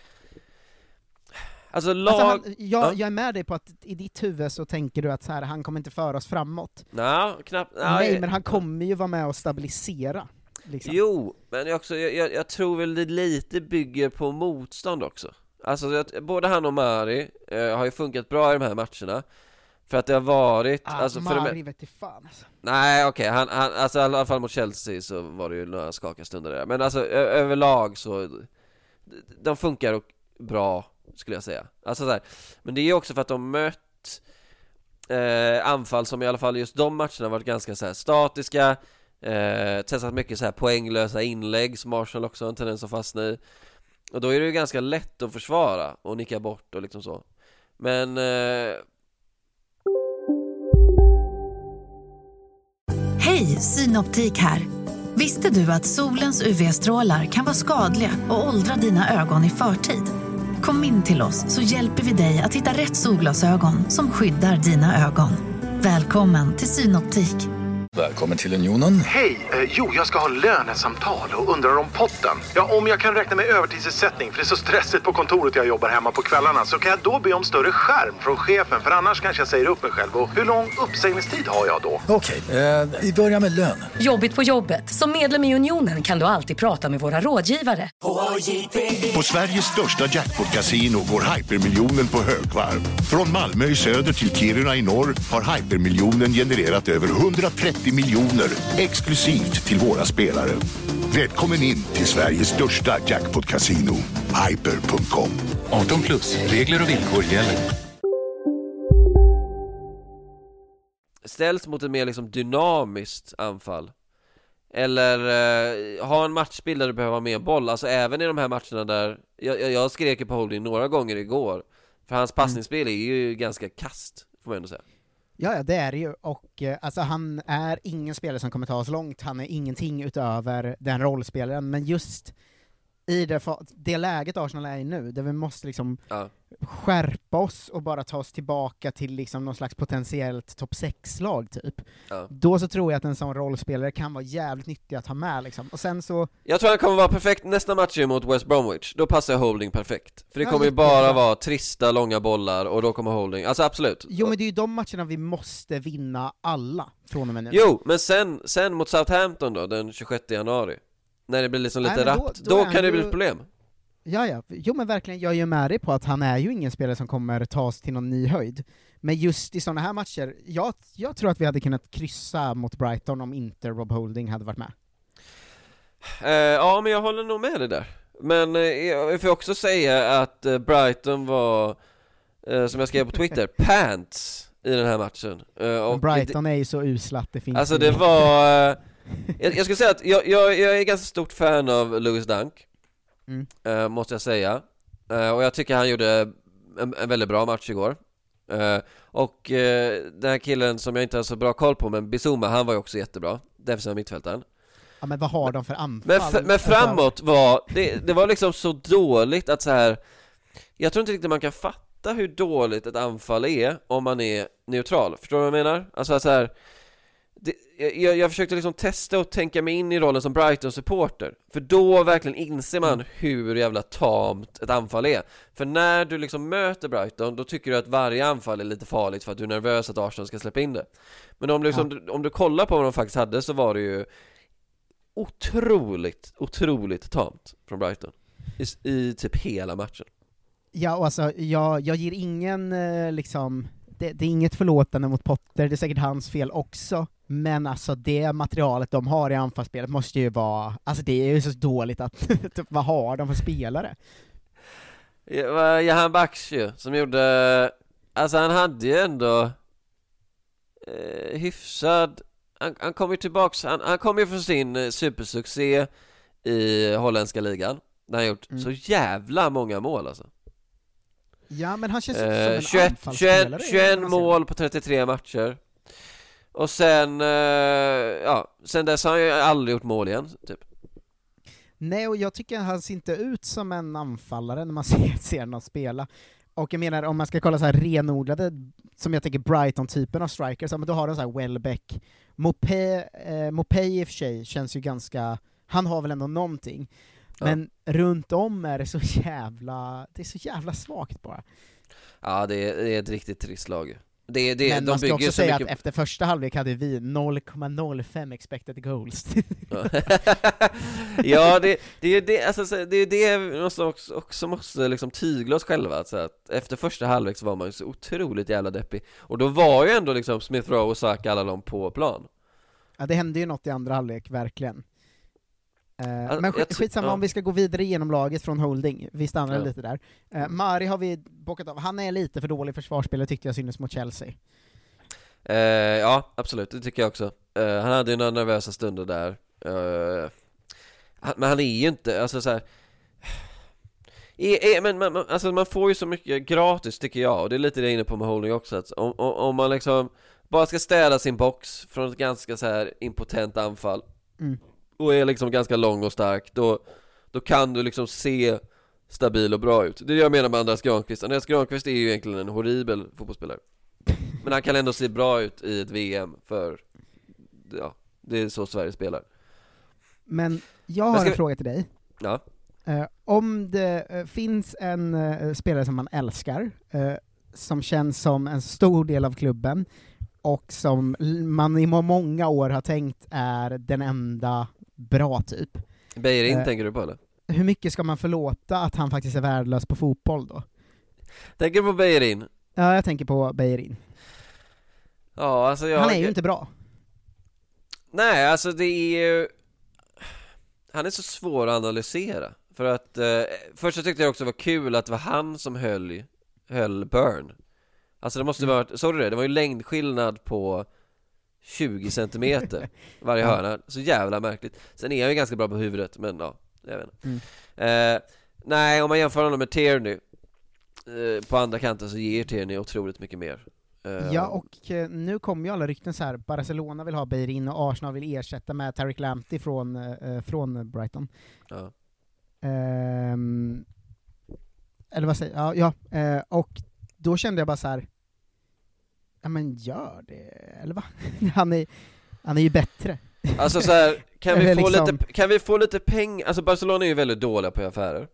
Alltså lag... Alltså han, jag, Ja. jag är med dig på att i ditt huvud så tänker du att så här, han kommer inte föra oss framåt. Nej, knappt. Nej, men han kommer ju vara med och stabilisera. Liksom. Jo, men jag, också, jag, jag, jag tror väl det lite bygger på motstånd också. Alltså, jag, både han och Mari eh, har ju funkat bra i de här matcherna. För att det har varit... Ah, alltså, för Mari de, vet inte fan alltså. nej, okej, okay, han, han, alltså, i alla fall mot Chelsea så var det ju några skaka stunder där. Men alltså, ö- överlag så... De funkar och bra, skulle jag säga. Alltså, så här, men det är ju också för att de mött eh, anfall som i alla fall just de matcherna varit ganska så här statiska. Eh, testat mycket så här poänglösa inlägg som Arsenal också har en tendens att fastna i. Och då är det ju ganska lätt att försvara och nicka bort och liksom så. Men eh... Hej, Synoptik här. Visste du att solens U V-strålar kan vara skadliga och åldra dina ögon i förtid? Kom in till oss så hjälper vi dig att hitta rätt solglasögon som skyddar dina ögon. Välkommen till Synoptik. Välkommen till Unionen. Hej! Eh, jo, jag ska ha lönesamtal och undrar om potten. Ja, om jag kan räkna med övertidsersättning för det är så stressigt på kontoret jag jobbar hemma på kvällarna, så kan jag då be om större skärm från chefen, för annars kanske jag säger upp mig själv. Och hur lång uppsägningstid har jag då? Okej, eh, vi börjar med lön. Jobbigt på jobbet. Som medlem i Unionen kan du alltid prata med våra rådgivare. På Sveriges största jackpot-casino går hypermiljonen på högvarv. Från Malmö i söder till Kiruna i norr har hypermiljonen genererat över hundratrettio miljoner exklusivt till våra spelare. Välkommen in till Sveriges största jackpot-casino, hyper punkt com. arton plus, regler och villkor gäller. ställs mot ett mer liksom dynamiskt anfall, eller eh, ha en matchbild där du behöver ha mer boll. Alltså även i de här matcherna där jag, jag, jag skrek på Holding några gånger igår, för hans passningsspel är ju ganska kast, får man ändå säga. Ja, ja, det är det ju, och eh, alltså han är ingen spelare som kommer ta oss långt, han är ingenting utöver den rollspelaren, men just i det, det läget Arsenal är i nu, där vi måste liksom ja. skärpa oss och bara ta oss tillbaka till liksom någon slags potentiellt topp sex-lag typ. Ja. Då så tror jag att en sån rollspelare kan vara jävligt nyttig att ha med liksom. Och sen så... Jag tror han kommer vara perfekt nästa match mot West Bromwich. Då passar Holding perfekt. För det Ja, kommer ju jättebra. bara vara trista, långa bollar, och då kommer Holding, alltså absolut. Jo, men det är ju de matcherna vi måste vinna alla från och med nu. Jo, men sen, sen mot Southampton då, den tjugosjätte januari, när det blir liksom lite Nej, men då- rappt, då då, är kan han det ju- bli ett problem. Ja, ja. Jo, men verkligen, jag är ju med dig på att han är ju ingen spelare som kommer tas till någon ny höjd. Men just i sådana här matcher, jag, jag tror att vi hade kunnat kryssa mot Brighton om inte Rob Holding hade varit med. Eh, ja, men jag håller nog med dig där. Men eh, jag får också säga att eh, Brighton var, eh, som jag skrev på Twitter, pants i den här matchen. Eh, och Brighton är ju så usla att det finns... Alltså ju- det var... eh, jag, jag skulle säga att jag, jag, jag är ganska stort fan av Lewis Dunk, Mm. eh, måste jag säga. Eh, och jag tycker han gjorde en, en väldigt bra match igår. Eh, och eh, den här killen som jag inte har så bra koll på, men Bissouma, han var ju också jättebra, defensiva mittfältaren. Ja, men vad har de för anfall? Men, f- men framåt var det, det var liksom så dåligt att så här. Jag tror inte riktigt man kan fatta hur dåligt ett anfall är om man är neutral. Förstår du vad jag menar? Alltså så här, det, jag, jag försökte liksom testa och tänka mig in i rollen som Brighton-supporter. För då verkligen inser man mm. hur jävla tamt ett anfall är. För när du liksom möter Brighton, då tycker du att varje anfall är lite farligt för att du är nervös att Arsenal ska släppa in det. Men om, liksom, ja. du, om du kollar på vad de faktiskt hade, så var det ju otroligt, otroligt tamt från Brighton i, i typ hela matchen. Ja, och alltså, jag, jag ger ingen eh, liksom, det, det är inget förlåtande mot Potter, det är säkert hans fel också, men alltså det materialet de har i anfallsspelet måste ju vara, alltså det är ju så dåligt att, vad har de för spelare? Jahan Bakshi som gjorde, alltså han hade ju ändå eh, hyfsad, han, han kom ju tillbaks, han, han kom ju från sin eh, supersuccé i holländska ligan, där han gjort mm. så jävla många mål alltså. Ja, men han känns eh, som en tjugoett, anfallsspelare. tjugoett mål på trettiotre matcher. Och sen eh, ja, sen dess har han ju aldrig gjort mål igen typ. Nej, och jag tycker han ser inte ut som en anfallare när man ser, ser honom spela. Och jag menar, om man ska kolla så här renodlade, som jag tänker Brighton-typen av strikers, men då har de så här Welbeck. Mopé, eh, Mopé i och för sig känns ju ganska, han har väl ändå någonting. Ja. Men runt om är det så jävla, det är så jävla svagt bara. Ja, det är, det är ett riktigt trist lag. Det, det, men de man ska också säga mycket... att efter första halvlek hade vi noll komma noll fem expected goals. Ja, det, det är det, alltså, det är det vi måste också, också måste liksom tygla oss själva, så att efter första halvlek så var man ju så otroligt jävla deppig. Och då var ju ändå liksom Smith Rowe och Saka alla dem på plan. Ja, det hände ju något i andra halvlek, verkligen. Uh, alltså, men skit, skitsamma ja. om vi ska gå vidare genom laget från Holding. Vi stannar ja. lite där. Uh, Mari har vi bockat av. Han är lite för dålig försvarsspelare, tyckte jag syntes mot Chelsea. Uh, ja, absolut, det tycker jag också. Uh, han hade ju några nervösa stunder där. Uh, han, men han är ju inte, alltså så här. Är, är, men man, alltså, man får ju så mycket gratis, tycker jag. Och det är lite det jag är inne på med Holding också. Att om, om, om man liksom bara ska städa sin box från ett ganska så här impotent anfall. Mm. Och är liksom ganska lång och stark, då, då kan du liksom se stabil och bra ut. Det är det jag menar med Andreas Granqvist. Andreas Granqvist är ju egentligen en horribel fotbollsspelare, men han kan ändå se bra ut i ett V M, för ja, det är så Sverige spelar. Men jag har men en vi... fråga till dig. Ja. Uh, om det uh, finns en uh, spelare som man älskar, uh, som känns som en stor del av klubben, och som man i många år har tänkt är den enda bra typ. Beirin eh, tänker du på, eller? Hur mycket ska man förlåta att han faktiskt är värdelös på fotboll då? Tänker du på Beirin? Ja, jag tänker på Beirin. Ja, alltså jag... Han är ju inte bra. Nej, alltså det är ju... Han är så svår att analysera. För att... Eh, först så tyckte jag också det var kul att det var han som höll, höll Burn. Alltså det måste vara, såg du det? Det var ju längdskillnad på tjugo centimeter varje hörna. Så jävla märkligt. Sen är jag ju ganska bra på huvudet, men ja, jag vet inte. Mm. Eh, nej, om man jämför honom med Tierney eh, på andra kanten, så ger Tierney otroligt mycket mer. Eh, ja, och eh, nu kommer ju alla rykten så här. Barcelona vill ha Beirin och Arsenal vill ersätta med Tariq Lamptey från, eh, från Brighton. Ja. Eh, eller vad säger jag? Ja, ja eh, och då kände jag bara så här. Ja, men gör det, eller va? Han är, han är ju bättre. Alltså så här, kan vi få liksom... lite kan vi få lite pengar? Alltså Barcelona är ju väldigt dåliga på affärer.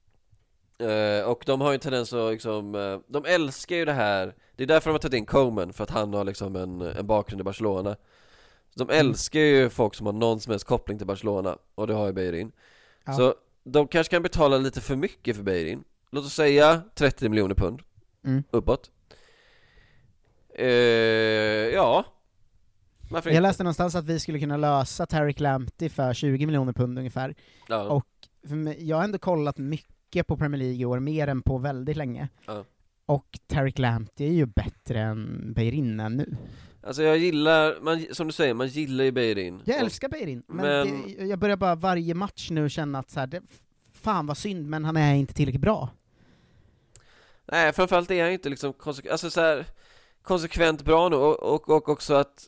Uh, och de har ju en tendens att liksom, uh, de älskar ju det här. Det är därför de har tagit in Koeman, för att han har liksom en, en bakgrund i Barcelona. Så de älskar ju folk som har någon som helst koppling till Barcelona, och det har ju Beirin. Ja. Så de kanske kan betala lite för mycket för Beirin. Låt oss säga trettio miljoner pund. Mm. Uppåt. Uh, ja. Jag inte? läste någonstans att vi skulle kunna lösa Tariq Lamptey för tjugo miljoner pund ungefär. Ja. Och jag har ändå kollat mycket på Premier League i år, mer än på väldigt länge. Ja. Och Tariq Lamptey är ju bättre än Beirin nu. Alltså jag gillar, man, som du säger, man gillar ju Beirin. Jag älskar Beirin, men, men... Det, jag börjar bara varje match nu känna att så här, det, fan vad synd, men han är inte tillräckligt bra. Nej, framförallt är han inte liksom konsekvent, alltså så här, konsekvent bra nu, och, och, och också att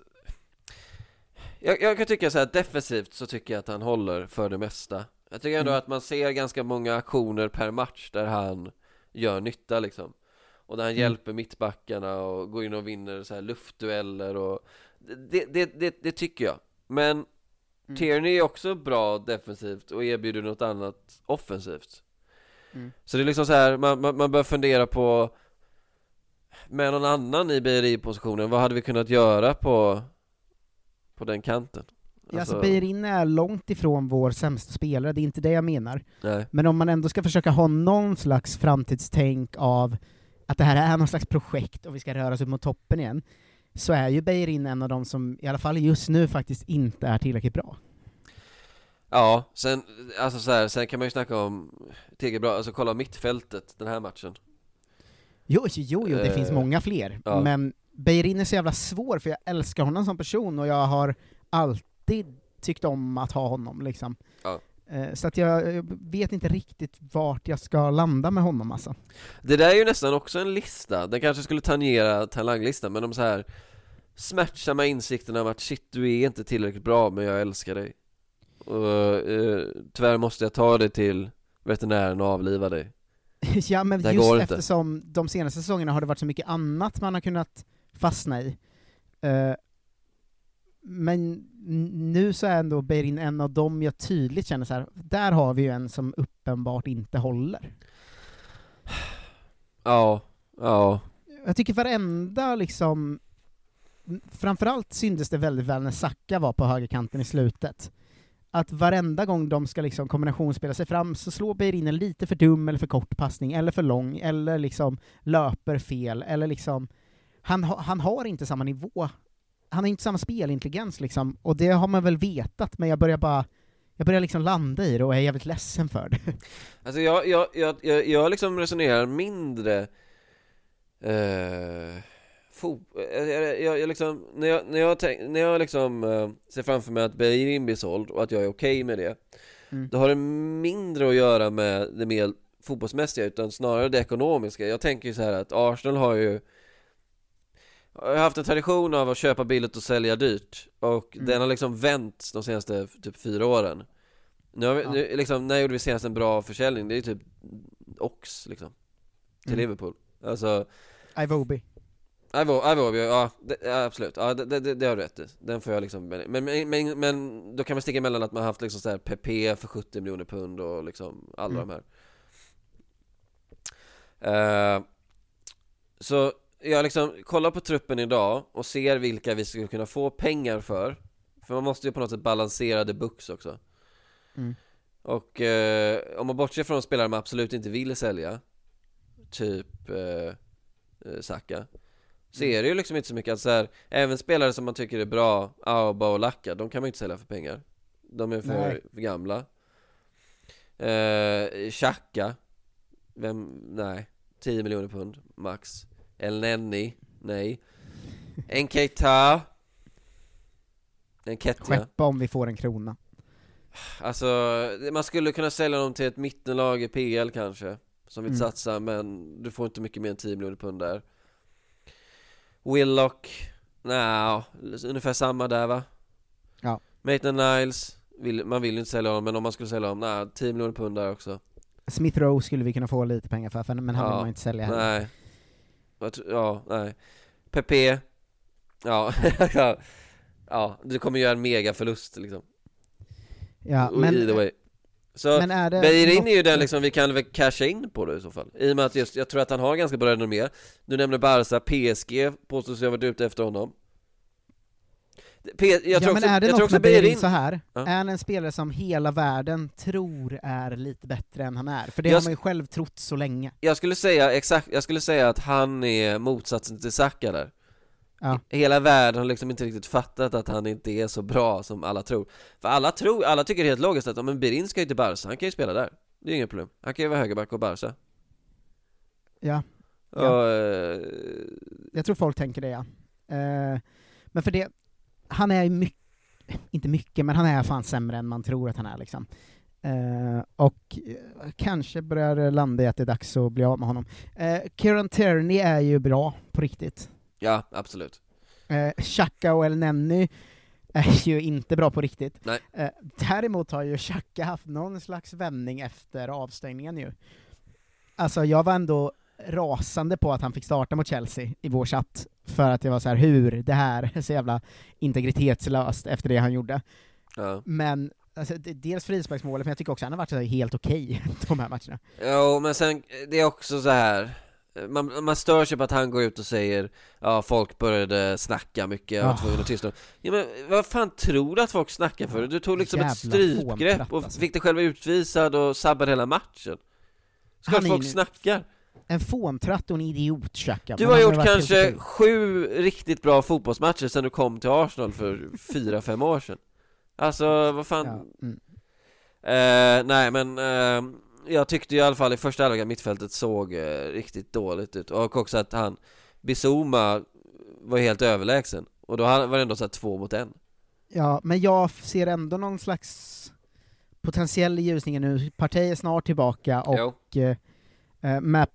jag, jag kan tycka så här, defensivt så tycker jag att han håller för det mesta. Jag tycker ändå mm. att man ser ganska många aktioner per match där han gör nytta liksom. Och där han mm. hjälper mittbackarna och går in och vinner så här luftdueller, och det, det, det, det tycker jag. Men mm. Tierney är också bra defensivt och erbjuder något annat offensivt. Mm. Så det är liksom så här, man, man, man bör fundera på med någon annan i Beijerin-positionen, vad hade vi kunnat göra på på den kanten? Ja, alltså Beijerin är långt ifrån vår sämsta spelare, det är inte det jag menar. Nej. Men om man ändå ska försöka ha någon slags framtidstänk av att det här är någon slags projekt och vi ska röra oss upp mot toppen igen, så är ju Beijerin en av dem som i alla fall just nu faktiskt inte är tillräckligt bra. Ja, sen, alltså så här, sen kan man ju snacka om tillräckligt bra, alltså kolla mittfältet den här matchen. Jo, jo, jo det uh, finns många fler, ja. Men Beijerin är så jävla svår, för jag älskar honom som person och jag har alltid tyckt om att ha honom liksom. Ja. Uh, så att jag, jag vet inte riktigt vart jag ska landa med honom alltså. Det där är ju nästan också en lista, den kanske skulle tangera talanglistan, men de så här smärtsamma insikterna av att shit, du är inte tillräckligt bra men jag älskar dig. Och uh, tyvärr måste jag ta dig till veterinären och avliva dig. Ja, men just eftersom de senaste säsongerna har det varit så mycket annat man har kunnat fastna i. Uh, men nu så är ändå Beijerin en av dem jag tydligt känner så här, där har vi ju en som uppenbart inte håller. Ja, ja. Jag tycker varenda liksom, framförallt syntes det väldigt väl när Saka var på högerkanten i slutet. Att varenda gång de ska liksom kombinationsspela sig fram så slår Beijerin en lite för dum eller för kort passning, eller för lång, eller liksom löper fel, eller liksom han, ha, han har inte samma nivå, han har inte samma spelintelligens liksom, och det har man väl vetat, men jag börjar bara jag börjar liksom landa i det och är jävligt ledsen för det. Alltså jag, jag, jag, jag, jag liksom resonerar mindre eh... Jag, jag, jag liksom, när jag, när jag, tänk, när jag liksom uh, ser framför mig att Beijerin blir såld och att jag är okej okay med det, mm. då har det mindre att göra med det mer fotbollsmässiga utan snarare det ekonomiska. Jag tänker ju så här att Arsenal har ju har haft en tradition av att köpa billigt och sälja dyrt, och mm. den har liksom vänt de senaste typ fyra åren. Nu har vi, ja. nu, liksom, när gjorde vi senast en bra försäljning? Det är ju typ Ox liksom till mm. Liverpool. Alltså Iwobi. Iwobi, ja, ja, absolut. Ja, det, det, det har du rätt i. Den får jag liksom, men, men, men, men då kan man sticka emellan att man har haft liksom så här P P för sjuttio miljoner pund och liksom alla mm. de här. Uh, så jag liksom kollar på truppen idag och ser vilka vi skulle kunna få pengar för. För man måste ju på något sätt balansera the books också. Mm. Och uh, om man bortser från spelare man absolut inte vill sälja, typ uh, uh, Saka, så är det ju liksom inte så mycket att så här, även spelare som man tycker är bra, Auba och Lacka, de kan man inte sälja för pengar. De är för, för gamla. Eh, Xhaka, vem, nej, tio miljoner pund max. El Nenni, nej. Nketiah, Nketiah. Skeppa om vi får en krona. Alltså, man skulle kunna sälja dem till ett mittenlag i P L kanske, som vill mm. satsa, men du får inte mycket mer än tio miljoner pund där. Willock, nej, no, ungefär samma där va? Ja. Maitland Niles, vill, man vill ju inte sälja honom, men om man skulle sälja honom, nej, tio miljoner pund där också. Smith Rowe skulle vi kunna få lite pengar för, men han ja, vill man inte sälja heller. Nej. Ja, nej. P P, ja, ja, du kommer göra en mega förlust liksom. Ja, men either way. Så Beijerin är ju den liksom vi kan väl casha in på det i så fall. I och med att just, jag tror att han har ganska bra renommé. Du nämnde Barca, P S G påstås jag har varit ute efter honom. P- jag ja, tror men också, är det jag något tror med Beijerin så här? Ja. Är han en spelare som hela världen tror är lite bättre än han är? För det jag, har man ju själv trott så länge. Jag skulle säga exakt, jag skulle säga att han är motsatsen till Saka där. Ja. Hela världen har liksom inte riktigt fattat att han inte är så bra som alla tror. För alla tror, alla tycker helt logiskt att men Beijerin ska ju till Barca, han kan ju spela där. Det är inget problem. Han kan ju vara högerback och Barca. Ja. Och, ja. Uh, jag tror folk tänker det, ja. Uh, men för det, han är ju mycket, inte mycket, men han är fan sämre än man tror att han är liksom. Uh, och uh, kanske börjar landa i att det är dags att bli av med honom. Uh, Kieran Tierney är ju bra på riktigt. Ja, absolut. Eh, Xhaka och El Nenni är ju inte bra på riktigt. Nej. Eh, däremot har ju Xhaka haft någon slags vändning efter avstängningen ju. Alltså jag var ändå rasande på att han fick starta mot Chelsea i vår chatt. för att det var så här, hur det här är så jävla integritetslöst efter det han gjorde. Ja. Men alltså, det, dels frisparksmålet, men jag tycker också att han har varit så här helt okej de här matcherna. Jo, men sen, det är också så här. Man, man stör sig på att han går ut och säger ja, folk började snacka mycket, jag var tvungen att tysta. Ja, men vad fan tror du att folk snackar för? Du tog liksom ett strypgrepp och fick dig själv utvisad och sabbade hela matchen. Ska att folk snackar? En fåntratt och en idiot, Xhaka. Du har gjort kanske sju riktigt bra fotbollsmatcher sedan du kom till Arsenal för fyra, fem år sedan. Alltså, vad fan. Ja. Mm. Eh, nej, men eh, jag tyckte i alla fall i första halvlek att mittfältet såg eh, riktigt dåligt ut. Och också att han, Bissouma var helt överlägsen. Och då var det ändå så här två mot en. Ja, men jag ser ändå någon slags potentiell ljusning nu. Partey är snart tillbaka och eh, med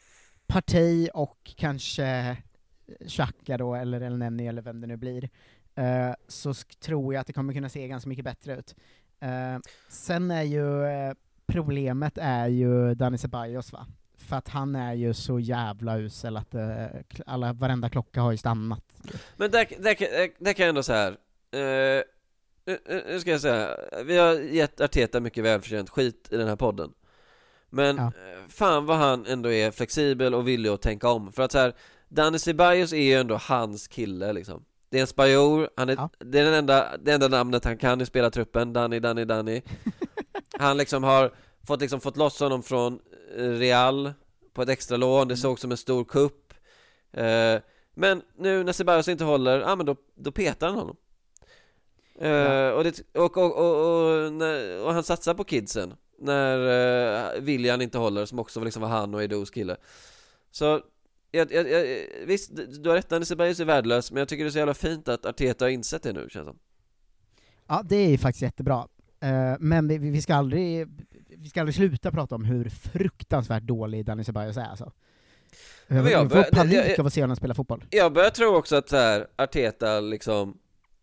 Partey och kanske Xhaka då, eller El Neni eller vem det nu blir, eh, så sk- tror jag att det kommer kunna se ganska mycket bättre ut. Eh, sen är ju eh, problemet är ju Dani Ceballos, va? För att han är ju så jävla usel att eh, alla, varenda klocka har ju stannat. Men där, där, där kan jag ändå så här. Eh, nu ska jag säga, vi har gett Arteta mycket välförtjänt skit i den här podden. Men ja. Fan vad han ändå är flexibel och villig att tänka om. För att så här, Dani Ceballos är ju ändå hans kille liksom. Det är en spanjor, han är, ja. det är den enda, det enda namnet han kan i spelartruppen. Dani, Dani, Dani. Han liksom har fått, liksom, fått loss honom från Real på ett extra lån. Det såg som en stor kupp. eh, Men nu när Ceballos inte håller, ja, men då, då petar han honom. eh, ja. och, det, och, och, och, och, när, och han satsar på kidsen när uh, William inte håller, som också liksom var han och Edous kille. Så jag, jag, jag, visst, du har rätt, Dani Ceballos är värdelös, men jag tycker det är så jävla fint att Arteta har insett det nu, känns som. Ja, det är ju faktiskt jättebra. Uh, men vi, vi ska aldrig vi ska aldrig sluta prata om hur fruktansvärt dålig Dani Ceballos är, alltså. Jag, jag får panik jag, jag, av att se honom spela fotboll. Jag börjar tro också att så här, Arteta liksom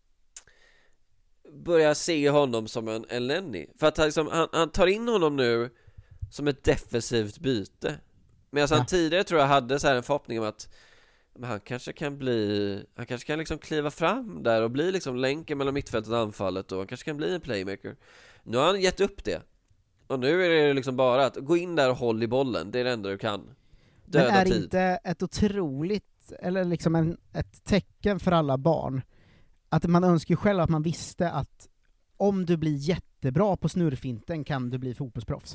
börjar se honom som en El Neni. För att han, liksom, han, han tar in honom nu som ett defensivt byte. Men alltså, ja. han tidigare tror jag hade så här en förhoppning om att men han kanske kan bli, han kanske kan liksom kliva fram där och bli liksom länken mellan mittfältet och anfallet, och han kanske kan bli en playmaker. Nu har han gett upp det. Och nu är det liksom bara att gå in där och håll i bollen. Det är det enda du kan. Döda Men är tid. inte ett otroligt, eller liksom en, ett tecken för alla barn, att man önskar ju själv att man visste att om du blir jättebra på snurrfinten kan du bli fotbollsproffs.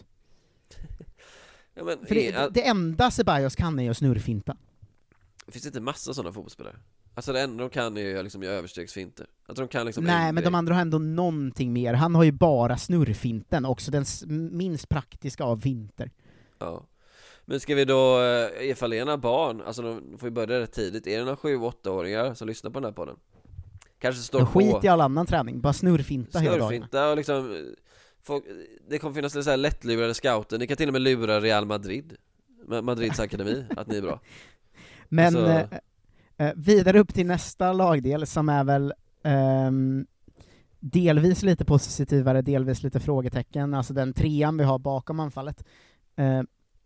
Ja, men, för det, är, det enda Ceballos kan är ju att snurrfinta. Finns det inte massa sådana fotbollsspelare? Alltså det enda de kan är ju liksom göra överstegsfinter. Att de kan liksom Nej, men de andra har ändå någonting mer. Han har ju bara snurrfinten, också den minst praktiska av finter. Ja. Men ska vi då, ifall det är några barn, alltså de får ju börja rätt tidigt, är det några sju-åttaåringar som lyssnar på den här podden? Kanske står de på skit i all annan träning, bara snurrfinta hela dagen. Snurrfinta och liksom folk, det kommer finnas så här lättlurade scouter. Ni kan till och med lura Real Madrid, Madrids akademi, att ni är bra. Men alltså... eh, vidare upp till nästa lagdel som är väl eh, delvis lite positivare, delvis lite frågetecken, alltså den trean vi har bakom anfallet, eh,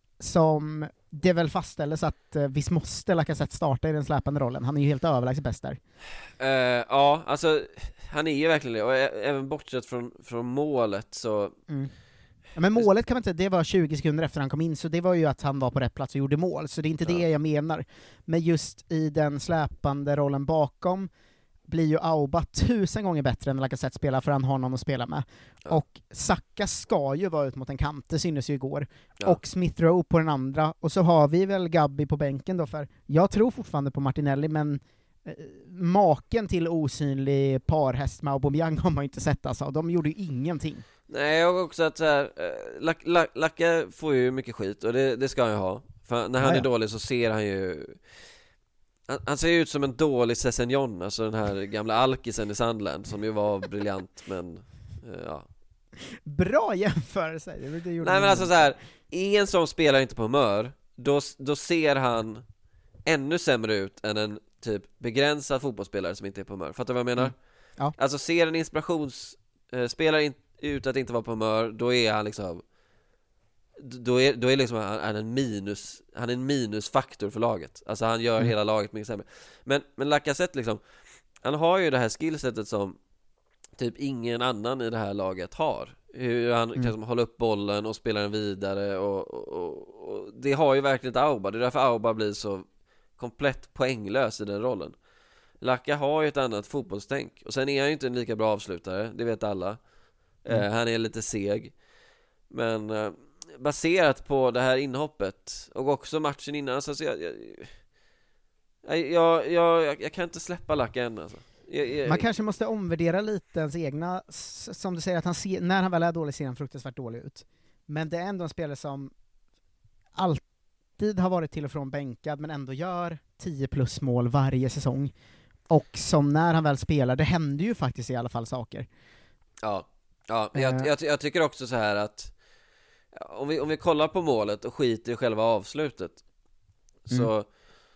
som det väl fastställdes att eh, visst måste Lacazette starta i den släpande rollen. Han är ju helt överlägset bäst där. Uh, ja, alltså han är ju verkligen det, och även bortsett från, från målet så... Mm. Ja, men målet kan man inte säga, det var tjugo sekunder efter han kom in, så det var ju att han var på rätt plats och gjorde mål, så det är inte ja. det jag menar. Men just i den släpande rollen bakom blir ju Auba tusen gånger bättre än Lacazette spelar, för han har någon att spela med. Ja. Och Saka ska ju vara ut mot en kant, det syntes ju igår. Ja. Och Smith Rowe på den andra. Och så har vi väl Gabby på bänken då, för jag tror fortfarande på Martinelli, men eh, maken till osynlig parhäst med Aubameyang har man ju inte sett, alltså. De gjorde ju ingenting. Nej, jag också att så här, Lac- Lac- Lacka får ju mycket skit, och det, det ska han ju ha. För när han ja, ja. är dålig så ser han ju... Han, han ser ju ut som en dålig Sessignon, alltså den här gamla alkisen i Sandland, som ju var briljant, men uh, ja. Bra jämförelse. Det, det Nej, men alltså så här, en som spelar inte på humör, då, då ser han ännu sämre ut än en typ begränsad fotbollsspelare som inte är på humör. Fattar du vad jag menar? Mm. Ja. Alltså ser en inspirationsspelare uh, in, ut att inte vara på humör, då är han liksom då är, då är liksom han, han, en minus, han är en minusfaktor för laget. Alltså han gör mm. hela laget mycket sämre. Men, men Lacazette liksom, han har ju det här skillsetet som typ ingen annan i det här laget har. Hur han mm. kan hålla upp bollen och spela den vidare och, och, och, och det har ju verkligen ett Auba. Det är därför Auba blir så komplett poänglös i den rollen. Lacka har ju ett annat fotbollstänk. Och sen är han ju inte en lika bra avslutare, det vet alla. mm. eh, Han är lite seg. Men eh, baserat på det här inhoppet och också matchen innan, så jag, jag, jag, jag, jag kan inte släppa Lacka än alltså. Jag, jag, Man kanske måste omvärdera lite ens egna, som du säger, att han ser, när han väl är dålig ser han fruktansvärt dålig ut. Men det är ändå en spelare som alltid har varit till och från bänkad, men ändå gör tio plus mål varje säsong. Och som när han väl spelar, det händer ju faktiskt i alla fall saker. Ja, ja jag, uh. jag, jag tycker också så här att om vi, om vi kollar på målet och skiter i själva avslutet, så mm.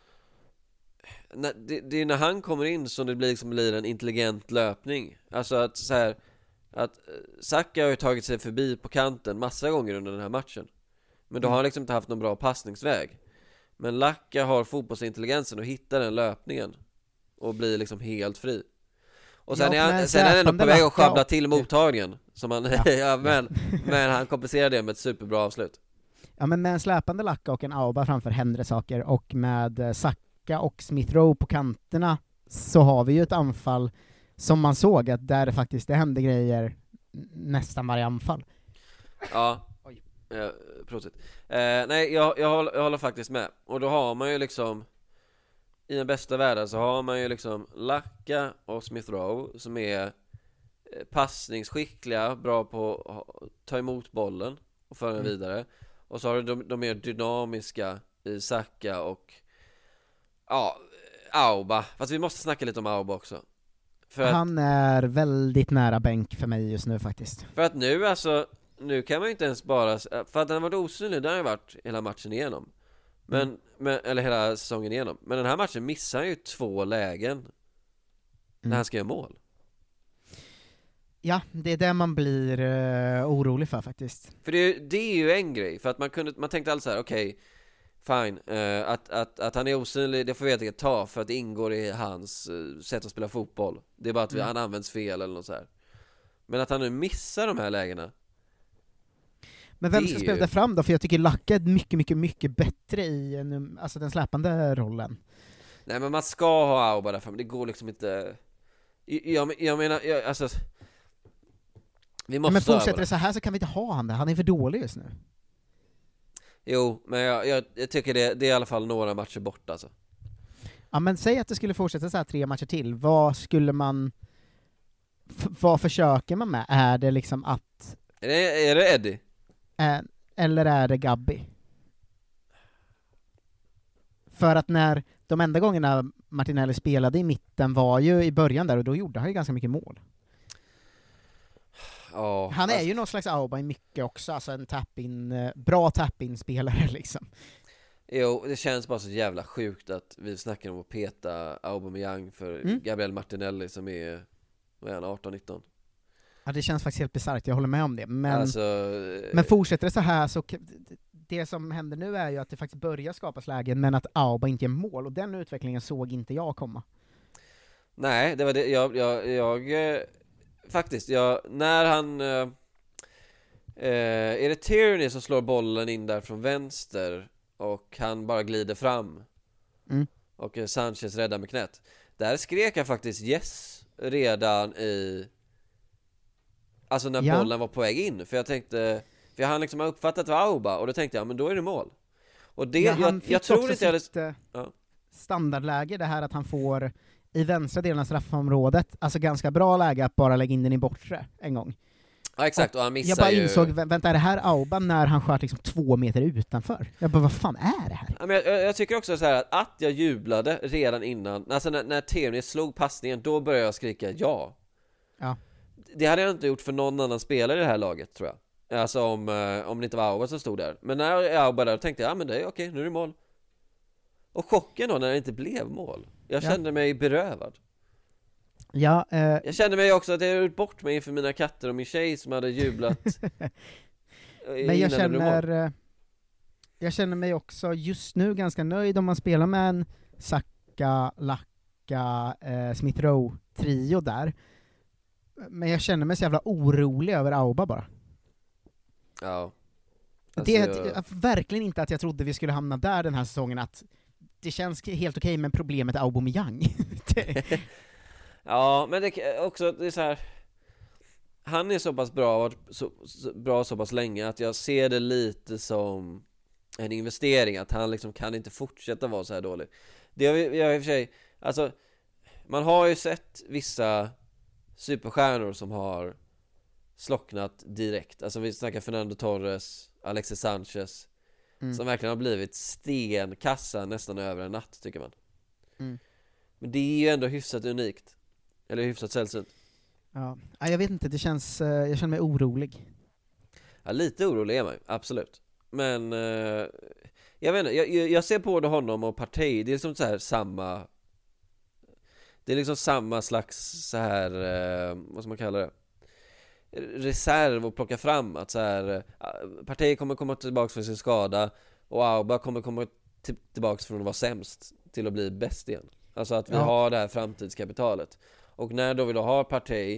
när, det, det är när han kommer in som det blir, liksom, blir en intelligent löpning. Alltså att så här, att Saka har ju tagit sig förbi på kanten massa gånger under den här matchen, men då har han liksom inte haft någon bra passningsväg. Men Lacka har fotbollsintelligensen och hittar den löpningen och blir liksom helt fri. Och sen, ja, är, han, sen är han ändå på väg att schabbla till mottagningen som han, ja. ja, men, men han kompenserar det med ett superbra avslut. Ja, men med en släpande Lacka och en Auba framför händer saker, och med Saka och Smith Rowe på kanterna så har vi ju ett anfall som man såg att där det faktiskt det hände grejer nästan varje anfall. Ja. Oj. Ja, prosit. Eh, nej, jag, jag, håller, jag håller faktiskt med. Och då har man ju liksom, i den bästa världen så har man ju liksom Lacka och Smith Rowe som är passningsskickliga, bra på att ta emot bollen och föra den mm. vidare. Och så har du de, de mer dynamiska i Saka och ja, Auba. Fast vi måste snacka lite om Auba också. För han att, är väldigt nära bänk för mig just nu faktiskt. För att nu alltså, nu kan man ju inte ens bara, för att den har varit osynlig, den har ju varit hela matchen igenom. Men, mm. men, eller hela säsongen igenom. Men den här matchen missar han ju två lägen mm. när han ska göra mål. Ja, det är det man blir uh, orolig för faktiskt. För det, det är ju en grej. För att man, kunde, man tänkte alltid så här: okej, okay, fine, uh, att, att, att han är osynlig, det får vi inte ta, för att det ingår i hans uh, sätt att spela fotboll. Det är bara att vi, mm. han används fel eller något så här. Men att han nu missar de här lägena. Men vem ska spela det fram då? För jag tycker Lacka är mycket, mycket, mycket bättre i en, alltså den släpande rollen. Nej, men man ska ha Auba där fram. Det går liksom inte. Jag, jag menar, jag, alltså vi måste. Ja, men fortsätter det så här så kan vi inte ha han där. Han är för dålig just nu. Jo, men jag, jag, jag tycker det, det är i alla fall några matcher bort alltså. Ja, men säg att det skulle fortsätta så här tre matcher till. Vad skulle man f- vad försöker man med? Är det liksom att Är det, är det Eddie? Eh, eller är det Gabby? För att när de enda gångerna Martinelli spelade i mitten var ju i början där, och då gjorde han ju ganska mycket mål. Oh, han är alltså, ju någon slags Auba i mycket också, alltså en tap-in, bra tap-in-spelare liksom. Jo, det känns bara så jävla sjukt att vi snackar om att peta Aubameyang för mm. Gabriel Martinelli som är, vad är han, arton nitton? Ja, det känns faktiskt helt bisarrt, jag håller med om det. Men, alltså, men fortsätter det så här så det som händer nu är ju att det faktiskt börjar skapas lägen, men att Auba inte är mål, och den utvecklingen såg inte jag komma. Nej, det var det jag, jag, jag faktiskt, jag, när han eh, är det Tierney som slår bollen in där från vänster och han bara glider fram mm. och Sanchez räddar med knät. Där skrek jag faktiskt yes redan i, alltså när ja. bollen var på väg in, för jag tänkte, för han liksom har uppfattat vad Auba, och då tänkte jag, men då är det mål. Och det, ja, jag, jag tror inte jag sitt, hade... ja. standardläge, det här att han får i vänstra delen av straffområdet, alltså ganska bra läge att bara lägga in den i bortre en gång. Ja, exakt, och, och han missar. Jag bara ju... insåg, vänta, är det här Auba när han sköt liksom två meter utanför? Jag bara, vad fan är det här? Ja, men jag, jag tycker också så här att, att jag jublade redan innan, alltså när, när Tierney slog passningen, då började jag skrika ja. Ja. Det hade jag inte gjort för någon annan spelare i det här laget, tror jag. Alltså om, om det inte var Auba som stod där. Men när jag bara där tänkte jag, ja men det är okej, nu är det mål. Och chocken då när det inte blev mål. Jag kände ja. mig berövad. Ja, eh... Jag kände mig också att jag hade gjort bort mig inför mina katter och min tjej som hade jublat Men jag känner jag känner mig också just nu ganska nöjd om man spelar med en Saka, Lacka, eh, Smith Rowe trio där. Men jag känner mig så jävla orolig över Auba bara. Ja. Alltså, det är jag... verkligen inte att jag trodde vi skulle hamna där den här säsongen, att det känns helt okej, men problemet är Aubameyang. Ja, men det är också det är så här. Han är så pass bra, varit så, så bra så pass länge att jag ser det lite som en investering, att han liksom kan inte fortsätta vara så här dålig. Det har jag, jag i och för sig, alltså man har ju sett vissa superstjärnor som har slocknat direkt. Alltså vi snackar Fernando Torres, Alexis Sanchez, mm. som verkligen har blivit stenkassa nästan över en natt, tycker man. Mm. Men det är ju ändå hyfsat unikt. Eller hyfsat sällsynt. Ja, jag vet inte, det känns, jag känner mig orolig. Ja, lite orolig är man ju, absolut. Men eh, jag vet inte, jag, jag ser på det honom och Partey, det är liksom så här samma. Det är liksom samma slags så här eh, vad ska man kalla det? Reserv att plocka fram, att så här Partey kommer komma tillbaka från sin skada och Auba kommer komma t- tillbaka från att vara sämst till att bli bäst igen. Alltså att vi ja. har det här framtidskapitalet. Och när då vi då har Partey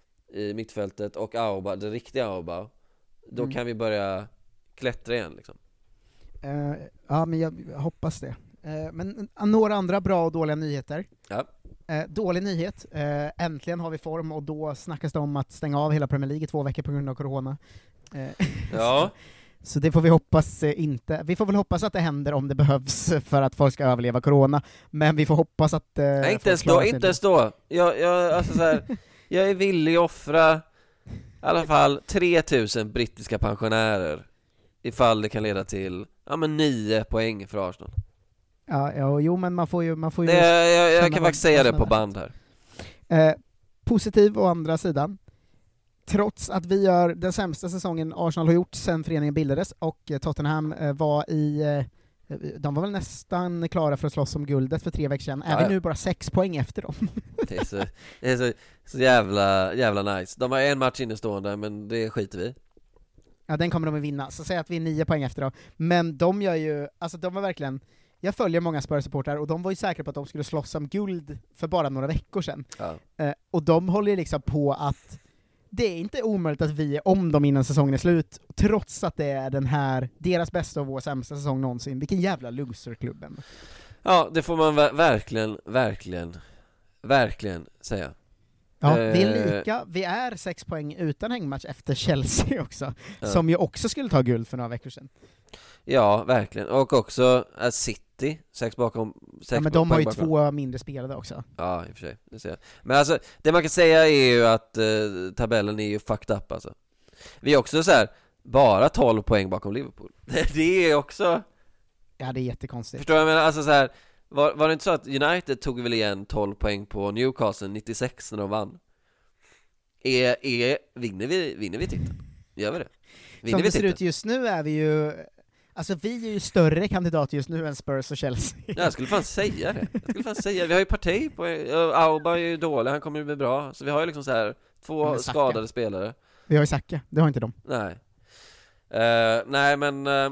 i mittfältet och Auba, den riktiga Auba, då mm. kan vi börja klättra igen liksom. Uh, ja, men jag hoppas det. Uh, men uh, några andra bra och dåliga nyheter. Ja. Uh, dålig nyhet. Uh, äntligen har vi form, och då snackas det om att stänga av hela Premier League i två veckor på grund av corona. Uh, ja. så, så det får vi hoppas uh, inte. Vi får väl hoppas att det händer om det behövs för att folk ska överleva corona. Men vi får hoppas att uh, Nej, inte ens då, inte ens då. Jag, jag, alltså så här, jag är villig att offra i alla fall tre tusen brittiska pensionärer ifall det kan leda till ja, men nio poäng för Arsenal. Ja, ja, jo, men man får ju... Man får ju det, jag jag kan faktiskt säga det på band här. Eh, positiv å andra sidan. Trots att vi gör den sämsta säsongen Arsenal har gjort sedan föreningen bildades, och eh, Tottenham eh, var i... Eh, de var väl nästan klara för att slåss om guldet för tre veckor sedan. Är ja, vi nu bara sex poäng efter dem? Det är, så, det är så, så jävla, jävla nice. De har en match innestående, men det skiter vi. Ja, den kommer de att vinna. Så säg att vi är nio poäng efter då. Men de gör ju... Alltså de var verkligen... Jag följer många Spurs-supportrar, och de var ju säkra på att de skulle slåss om guld för bara några veckor sedan. Ja. Eh, och de håller ju liksom på att det är inte omöjligt att vi är om dem innan säsongen är slut, trots att det är den här, deras bästa och vår sämsta säsong någonsin. Vilken jävla loserklubben. Ja, det får man ver- verkligen, verkligen, verkligen säga. Ja, vi är lika, vi är sex poäng utan hängmatch efter Chelsea också, ja. Som ju också skulle ta guld för några veckor sedan. Ja, verkligen. Och också uh, City, sex bakom sex. Ja, men de har ju bakom. Två mindre spelare också. Ja, i och för sig, det ser jag. Men alltså, det man kan säga är ju att uh, tabellen är ju fucked up alltså. Vi är också så här, bara tolv poäng bakom Liverpool. Det, det är också... Ja, det är jättekonstigt. Förstår jag, men alltså så här, var, var det inte så att United tog väl igen tolv poäng på Newcastle nittiosex när de vann? Är, är, vinner vi, vinner vi titeln? Gör vi det? Vinner Som vi det ser ut just nu är vi ju... Alltså vi är ju större kandidat just nu än Spurs och Chelsea. Ja, jag skulle fan säga det. Jag skulle fan säga det. Vi har ju Partey på... Auba är ju dålig, han kommer ju bli bra. Så vi har ju liksom så här två skadade spelare. Vi har ju Saka, det har inte de. Nej. Uh, nej, men... Uh,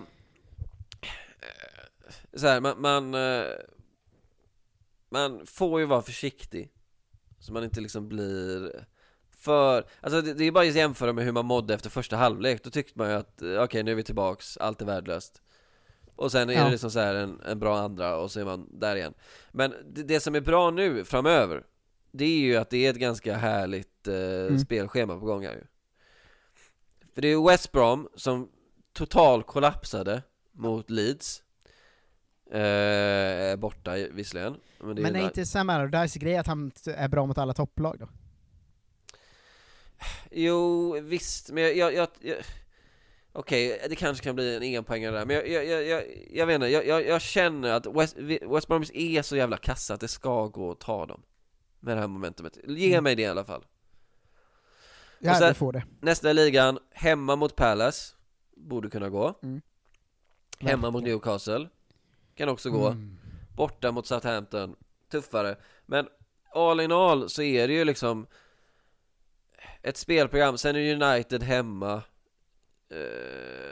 så här, man... Man, uh, man får ju vara försiktig. Så man inte liksom blir... För, alltså det, det är bara att jämföra med hur man mådde efter första halvlek. Då tyckte man ju att okej, okay, nu är vi tillbaks, allt är värdelöst. Och sen är ja. det liksom så här en, en bra andra, och så är man där igen. Men det, det som är bra nu framöver, det är ju att det är ett ganska härligt eh, mm. spelschema på gång här ju. För det är West Brom som total kollapsade mot Leeds. Eh, borta visserligen. Men, det men är, är inte Sam Allardyce grej att han är bra mot alla topplag då? Jo, visst, men jag, jag, jag, jag okej, okay, det kanske kan bli en enpoängare där, men jag, jag, jag, jag, jag vet inte, jag, jag, jag känner att West, West Brom är så jävla kassa att det ska gå att ta dem med det här momentumet. Ge mm. mig det i alla fall. Ja, det får det. Nästa ligan, hemma mot Palace, borde kunna gå. Mm. Hemma mot Newcastle kan också gå. Mm. Borta mot Southampton, tuffare. Men all in all så är det ju liksom ett spelprogram. Sen är United hemma.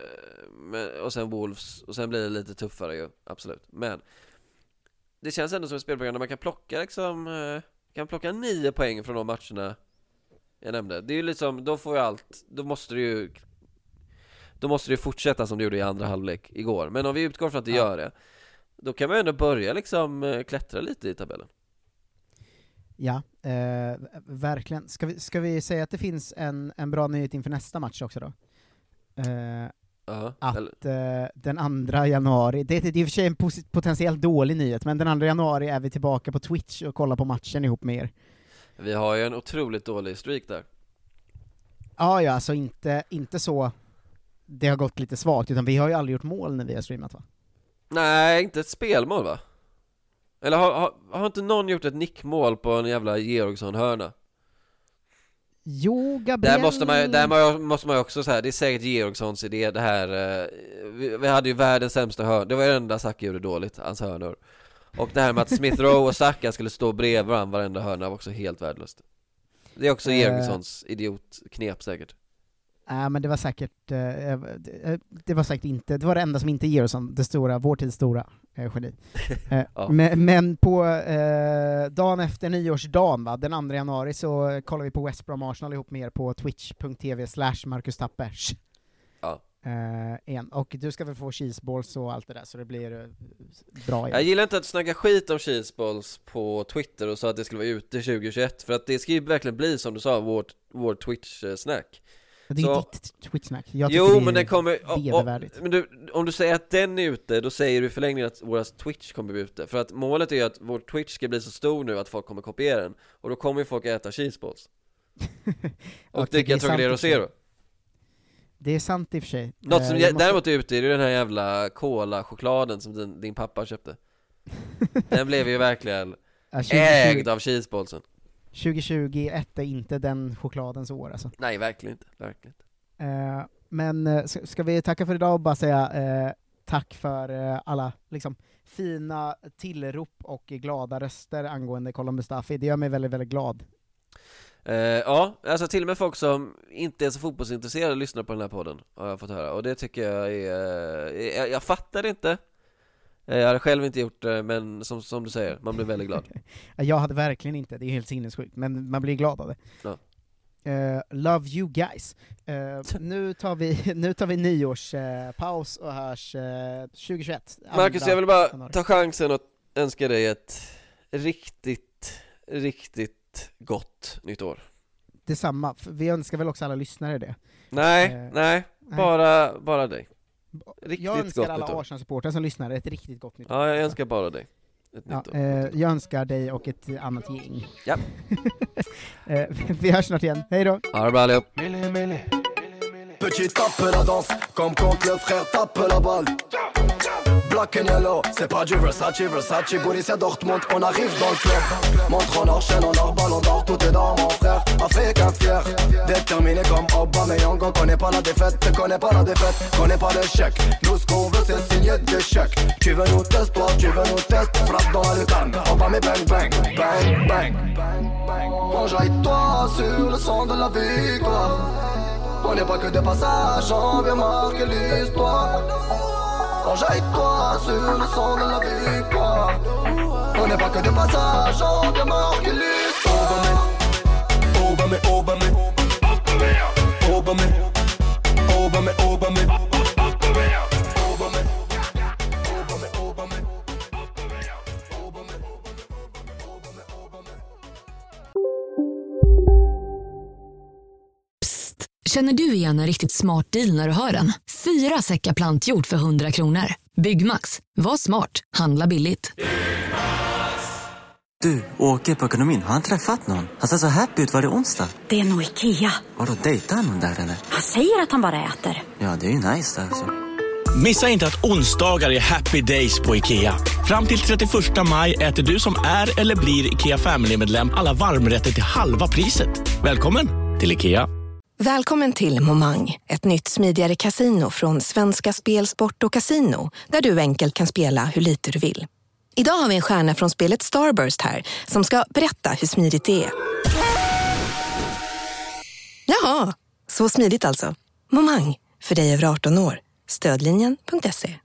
och sen Wolves, och sen blir det lite tuffare ju, absolut. Men det känns ändå som ett spelprogram där man kan plocka liksom, kan plocka nio poäng från de matcherna jag nämnde. Det är ju liksom, då får ju allt, då måste det ju då måste det fortsätta som det gjorde i andra halvlek igår. Men om vi utgår från att det ja. gör det, då kan man ändå börja liksom klättra lite i tabellen. Ja, eh, verkligen. Ska vi, ska vi säga att det finns en, en bra nyhet inför nästa match också då? Eh, uh-huh. Att eh, den andra januari, det, det är i och för sig en posit- potentiellt dålig nyhet, men den andra januari är vi tillbaka på Twitch och kollar på matchen ihop med er. Vi har ju en otroligt dålig streak där. Ja, ja, alltså inte, inte så det har gått lite svagt, utan vi har ju aldrig gjort mål när vi har streamat, va? Nej, inte ett spelmål, va? Eller har, har, har inte någon gjort ett nickmål på en jävla Georgsson-hörna? Jo, Gabriel... Där måste man, där måste man ju också säga, det är säkert Georgssons idé det här. Vi, vi hade ju världens sämsta hörn. Det var det enda Saka gjorde dåligt, hans hörnor. Och det här med att Smith Rowe och Saka skulle stå bredvid varandra varenda hörna var också helt värdelöst. Det är också Georgssons uh, idiotknep säkert. Nej, äh, men det var säkert uh, det var säkert inte, det var det enda som inte Georgsson, det stora, vår tids stora uh, geni. Uh, ja. men, men på uh, dagen efter nyårsdagen, va, den andra januari, så kollar vi på West Brom Arsenal ihop med er på twitch.tv slash Marcus Tappers. Ja. Uh, en. Och du ska väl få cheeseballs och allt det där, så det blir uh, bra igen. Jag gillar inte att snacka skit om cheeseballs på Twitter och så att det skulle vara ute tjugo tjugoett, för att det ska ju verkligen bli, som du sa, vårt, vår Twitch-snack. Det är så, ditt Twitch-snack. Jag jo, det men den kommer och, och, men du, om du säger att den är ute, då säger du i förlängningen att våra Twitch kommer bli ute. För att målet är ju att vår Twitch ska bli så stor nu att folk kommer kopiera den. Och då kommer ju folk äta cheeseballs. Och det kan jag tråka och se då. Det är sant i och för sig. Något som uh, jag, däremot är ute är den här jävla cola-chokladen som din, din pappa köpte. Den blev ju verkligen ja, tjugo tjugo ägd av cheeseballsen. tjugo tjugoett är inte den chokladens år alltså. Nej, verkligen inte, verkligen inte. Uh, men uh, ska vi tacka för idag och bara säga uh, tack för uh, alla liksom fina tillrop och glada röster angående Colin Mustafi. Det gör mig väldigt, väldigt glad. Uh, ja, alltså till och med folk som inte är så fotbollsintresserade lyssnar på den här podden, har jag fått höra. Och det tycker jag är... Uh, jag, jag fattar inte. Jag hade själv inte gjort det, men som, som du säger, man blir väldigt glad. Jag hade verkligen inte, det är helt sinnessjukt, men man blir glad av det. Ja. Uh, love you guys. Uh, nu tar vi nu tar vi nyårspaus uh, och hörs uh, tjugo tjugoett. Marcus, jag vill bara januari. ta chansen och önska dig ett riktigt, riktigt gott nytt år. Detsamma, vi önskar väl också alla lyssnare det. Nej, uh, nej, bara, nej. bara dig. Riktigt jag önskar alla Arsenal-supportrar som lyssnar ett riktigt gott nytt år. Ja, jag önskar bara dig. Ett ja, nytt år. Eh, jag önskar dig och ett annat gäng. Ja. eh, vi hörs snart igen. Hej då. Ha det bra allihop. Petit tape la danse, comme quand le frère tape la balle. Black and yellow, c'est pas du Versace, Versace, Borussia Dortmund, on arrive dans le club. Montre, on enchaîne, on enballe, on dort, tout est dans mon frère. Africain fier, déterminé comme Aubameyang. On connaît pas la défaite, tu connais pas la défaite, connais pas l'échec. Nous ce qu'on veut c'est signer des chèques. Tu veux nous tester, toi, tu veux nous tester. Frappe dans la lucarne, Aubameyang, bang, bang, bang, bang, bang. Enjaille-toi sur le son de la victoire. On n'est pas que des passages, on vient marquer l'histoire. Enjaille-toi sur le son de la victoire. On n'est pas que des passages, on vient marquer l'histoire. Obame, Obame, Obame, Obame, Obame, Obame, Obame. Känner du igen en riktigt smart deal när du hör den? Fyra säckar plantjord för hundra kronor. Byggmax. Var smart. Handla billigt. Du, Åke på ekonomin. Har han träffat någon? Han ser så happy ut. Var det onsdag? Det är nog Ikea. Har du dejtat någon där eller? Han säger att han bara äter. Ja, det är ju nice alltså. Missa inte att onsdagar är happy days på Ikea. Fram till trettioförsta maj äter du som är eller blir Ikea Family-medlem alla varmrätter till halva priset. Välkommen till Ikea. Välkommen till Momang, ett nytt smidigare kasino från Svenska Spel, Sport och Casino, där du enkelt kan spela hur lite du vill. Idag har vi en stjärna från spelet Starburst här, som ska berätta hur smidigt det är. Jaha, så smidigt alltså. Momang, för dig över arton år. Stödlinjen punkt se.